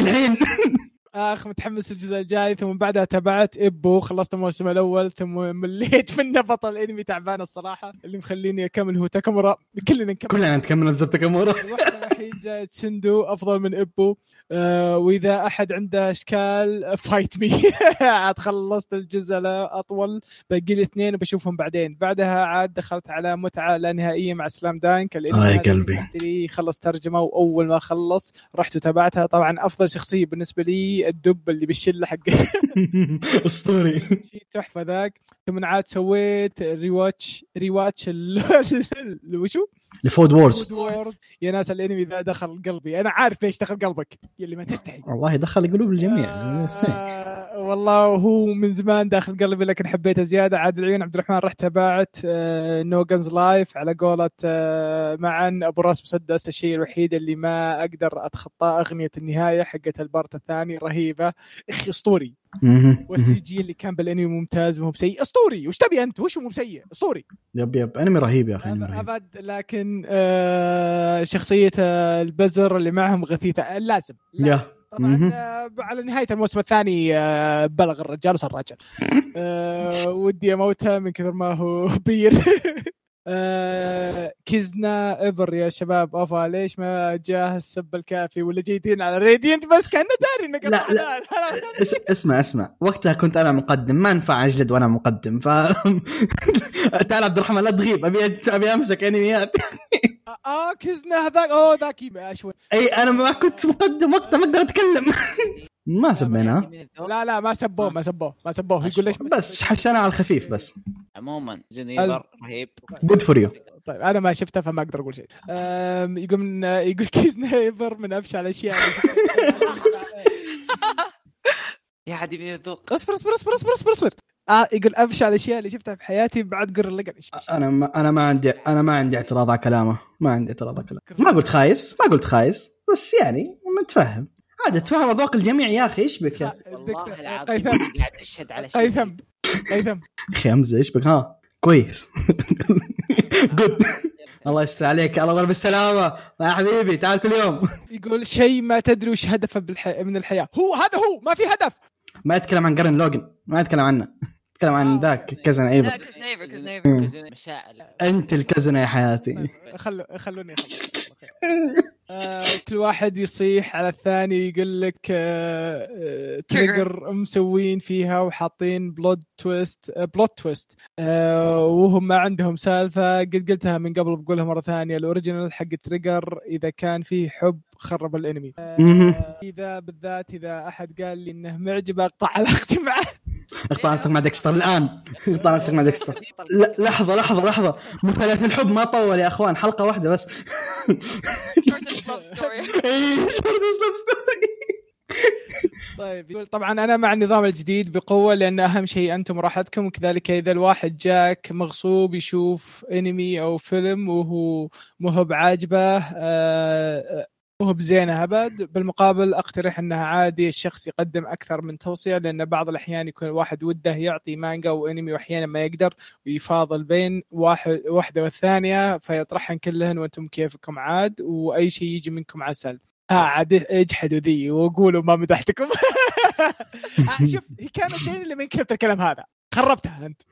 متحمس الجزء الجاي. ثم بعدها تابعت إبو، خلصت الموسم الأول ثم مليت منه. بطل الأنمي تعبان الصراحة. اللي مخليني أكمل هو تاكامورا. كلنا نكمل بزبط تاكامورا. الوحيد زائد سندو أفضل من إبو. وإذا أحد عنده أشكال فايت مي. عاد خلصت الجزء الأطول، باقي لي 2 وبشوفهم بعدها عاد دخلت على متعة لا نهائية مع سلام دانك. يا قلبي خلص ترجمة، وأول ما خلص رحت وتابعتها. طبعا أفضل شخصية بالنسبة لي الدب اللي بالشلة حقه. أسطوري شيء تحفة ذاك. ثم عاد سويت ريواتش وشو لفود وورز. يا ناس الانمي ذا دخل قلبي. انا عارف ليش دخل قلبك يلي ما تستحي. والله دخل قلوب الجميع. والله هو من زمان داخل قلبي، لكن حبيته زيادة. عاد العيون عبد الرحمن رحت تابعت نو جنز لايف على قولة معا أبو راس مسدس. الشيء الوحيد اللي ما أقدر أتخطى أغنية النهاية حقت البارت الثاني، رهيبة أخي أسطوري. والسي جي اللي كان بالانمي ممتاز وهو سيء. اسطوري. وش تبي انت؟ وش هو سيء؟ اسطوري. يب انمي رهيب يا اخي. ابد. لكن شخصيه البزر اللي معهم غثيثه لازم. طبعا على نهايه الموسم الثاني بلغ الرجال وصار راجل. ودي اموتها من كثر ما هو بير. كيزنا إبر يا شباب. أوفا ليش ما جاه السب الكافي ولا جيتين على راديانت بس كأنه داري إنك لا. اسمع وقتها كنت أنا مقدم، ما ينفع أجلد وأنا مقدم. تعال عبد الرحمن لا تغيب، أبي أمسك أنميات. كيزنا هذاك ذاك شوي. أي أنا ما كنت مقدم وقتها ما أقدر أتكلم. ما سبيناه. لا ما سبوه يقول ليش بس حشنا على الخفيف بس. عموما زنيبر رهيب. good for you. طيب انا ما شفته فما اقدر اقول شيء. يقول كيز نيفر من ابشع الاشياء. يا عادي من الذوق. اصبر. يقول ابشع الاشياء اللي شفتها في حياتي بعد قر اللقن. انا ما عندي اعتراض على كلامه. ما قلت خايس بس يعني متفهم. عادة تفهم أذواق الجميع يا أخي. إيش بك يا والله العظيم قاعد أشهد على شيء. أيثم أخي أمزة إيش بك؟ ها كويس. جود. الله يستر عليك. الله ضرب السلامة يا حبيبي. تعال كل يوم. يقول شيء ما تدري وش هدفه من الحياة. هو ما في هدف. ما يتكلم عن قرن لوجن، ما يتكلم عنه، يتكلم عن ذاك كزن أيضا. أنت الكزنة يا حياتي. خلوني كل واحد يصيح على الثاني يقول لك تريجر مسوين فيها وحاطين بلوت تويست وهم ما عندهم سالفة. قلتها من قبل بقولها مرة ثانية. الأوريجينال حق تريجر إذا كان فيه حب خرب الانمي. إذا بالذات إذا أحد قال لي إنه معجب أقطع علاقتي معه. اقطعتك مع ديكستر الآن. اقطعتك مع ديكستر. لحظة مثلث الحب ما طول يا أخوان، حلقة واحدة بس. shortest love story. shortest love story. طيب يقول طبعا أنا مع النظام الجديد بقوة، لأن أهم شيء أنتم راحتكم، وكذلك إذا الواحد جاك مغصوب يشوف أنمي أو فيلم وهو مو بعاجبه مو بزينة أبد، بالمقابل أقترح أنها عادي الشخص يقدم أكثر من توصية، لأن بعض الأحيان يكون الواحد وده يعطي مانجا وأنمي وأحيانا ما يقدر ويفاضل بين واحدة والثانية فيطرحن كلهن وأنتم كيفكم عاد، وأي شيء يجي منكم عسل. عاد اجحدوا ذي وقولوا ما مدحتكم. شوف هي كانت شيء اللي من كتبت الكلام هذا خربتها أنت،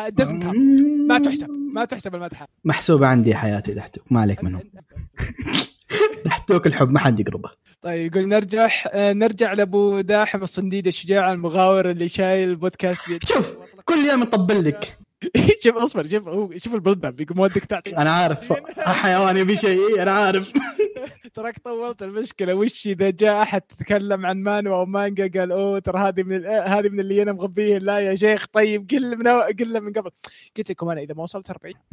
ما تحسب المدحة، محسوبة عندي حياتي دحتوك، ما عليك منهم. دحتوك الحب ما حد يقربه. طيب يقول نرجع لأبو داحم الصنديد الشجاع المغاور اللي شايل البودكاست. شوف كل يوم يطبل لك. شوف اصبر شوف البلدان بيقوم ودك تعطي. انا عارف حيوان يبي شيء، انا عارف. تراك طولت. المشكله وش اذا جاء احد تتكلم عن مانوا او مانجا قال اوه ترى هذه من اللي انا مغبيه. لا يا شيخ طيب قل من قبل. قلت لكم انا اذا ما وصلت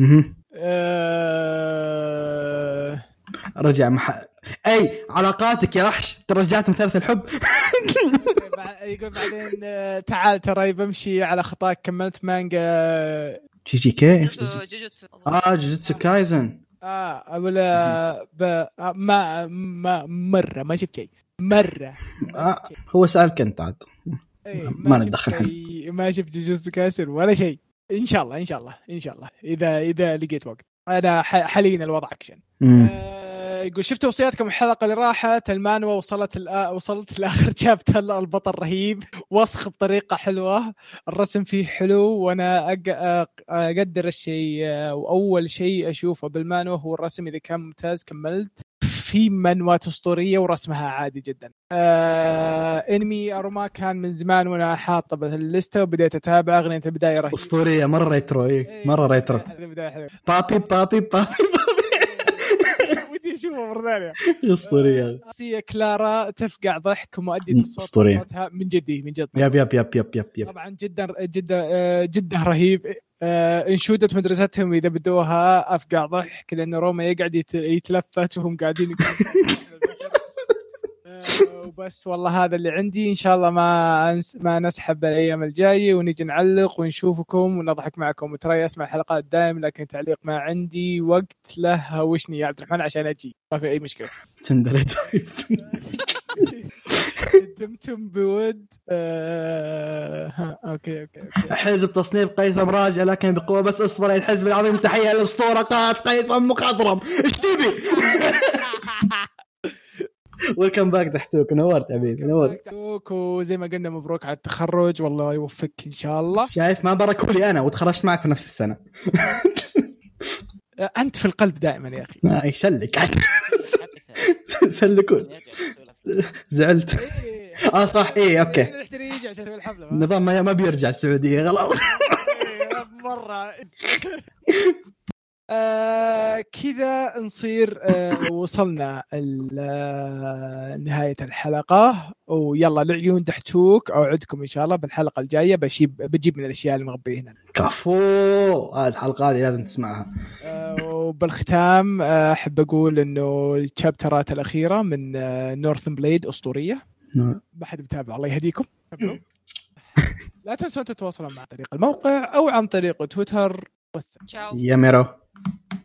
40 رجع اي علاقاتك يا وحش ترجعت مثلث الحب. يقول بعدين تعال ترى بمشي على خطاك، كملت مانجا جوجوتسو كايزن. ولا ما مرة ما شفت شيء مرة. هو سألك أنت عاد ما ندخل. ما شفت جوجوتسو كايزن ولا شيء. إن شاء الله إذا لقيت وقت. أنا حاليا الوضع أكشن. يقول شفت توصياتكم الحلقة اللي راحت، المانوا وصلت لآخر شابتر، البطل رهيب، وصخ بطريقة حلوة، الرسم فيه حلو، وأنا أقدر الشيء وأول شيء أشوفه بالمانوا هو الرسم. إذا كان ممتاز كملت. في منوات أسطورية ورسمها عادي جدا. انمي أروما كان من زمان وانا حاطه بالليسته وبديت اتابع. اغنيه البدايه رهيبه اسطوريه مره ريترو. مره ريترو. بابي ودي اشوفه مره ثانيه. اسطوريه. شخصيه كلارا تفقع ضحك ومؤدية الصوت من جد. يب طبعا جدا رهيب. انشودة مدرستهم إذا بدوها أفقع ضحك، لأن روما يقعد يتلفت وهم قاعدين وبس. والله هذا اللي عندي. إن شاء الله ما نسحب الأيام الجاية ونيجي نعلق ونشوفكم ونضحك معكم. وترى أسمع الحلقات دائم، لكن تعليق ما عندي وقت له. هوشني يا عبد الرحمن عشان أجي، ما في أي مشكلة. سندري طيب. دمتم بود. أوكي. حزب تصنيف قيثم راجع لكن بقوة، بس اصبر. الحزب العظيم تحية للأسطورة قيثم مخضرم. ايش تبي؟ ويلكم باك دحتوك. نورت حبيبي، نورت. وزي ما قلنا مبروك على التخرج، والله يوفقك ان شاء الله. شايف ما باركوا لي انا وتخرجت معك في نفس السنة. انت في القلب دائما يا اخي. ما يسلك. سلكون. زعلت. صح. اوكي. النظام ما بيرجع السعودية خلاص. مرة. كذا نصير وصلنا لنهاية الحلقة، ويلا لعيون دحتوك أوعدكم إن شاء الله بالحلقة الجاية بجيب من الأشياء اللي مغبيه هنا. كفو. هالحلقة هذه لازم تسمعها. وبالختام أحب أقول إنه الشابترات الأخيرة من نورثن بليد أسطورية. ما حد بتابع، الله يهديكم. لا تنسوا أن تتواصلوا مع طريق الموقع أو عن طريق تويتر. Ciao. يا ميرو.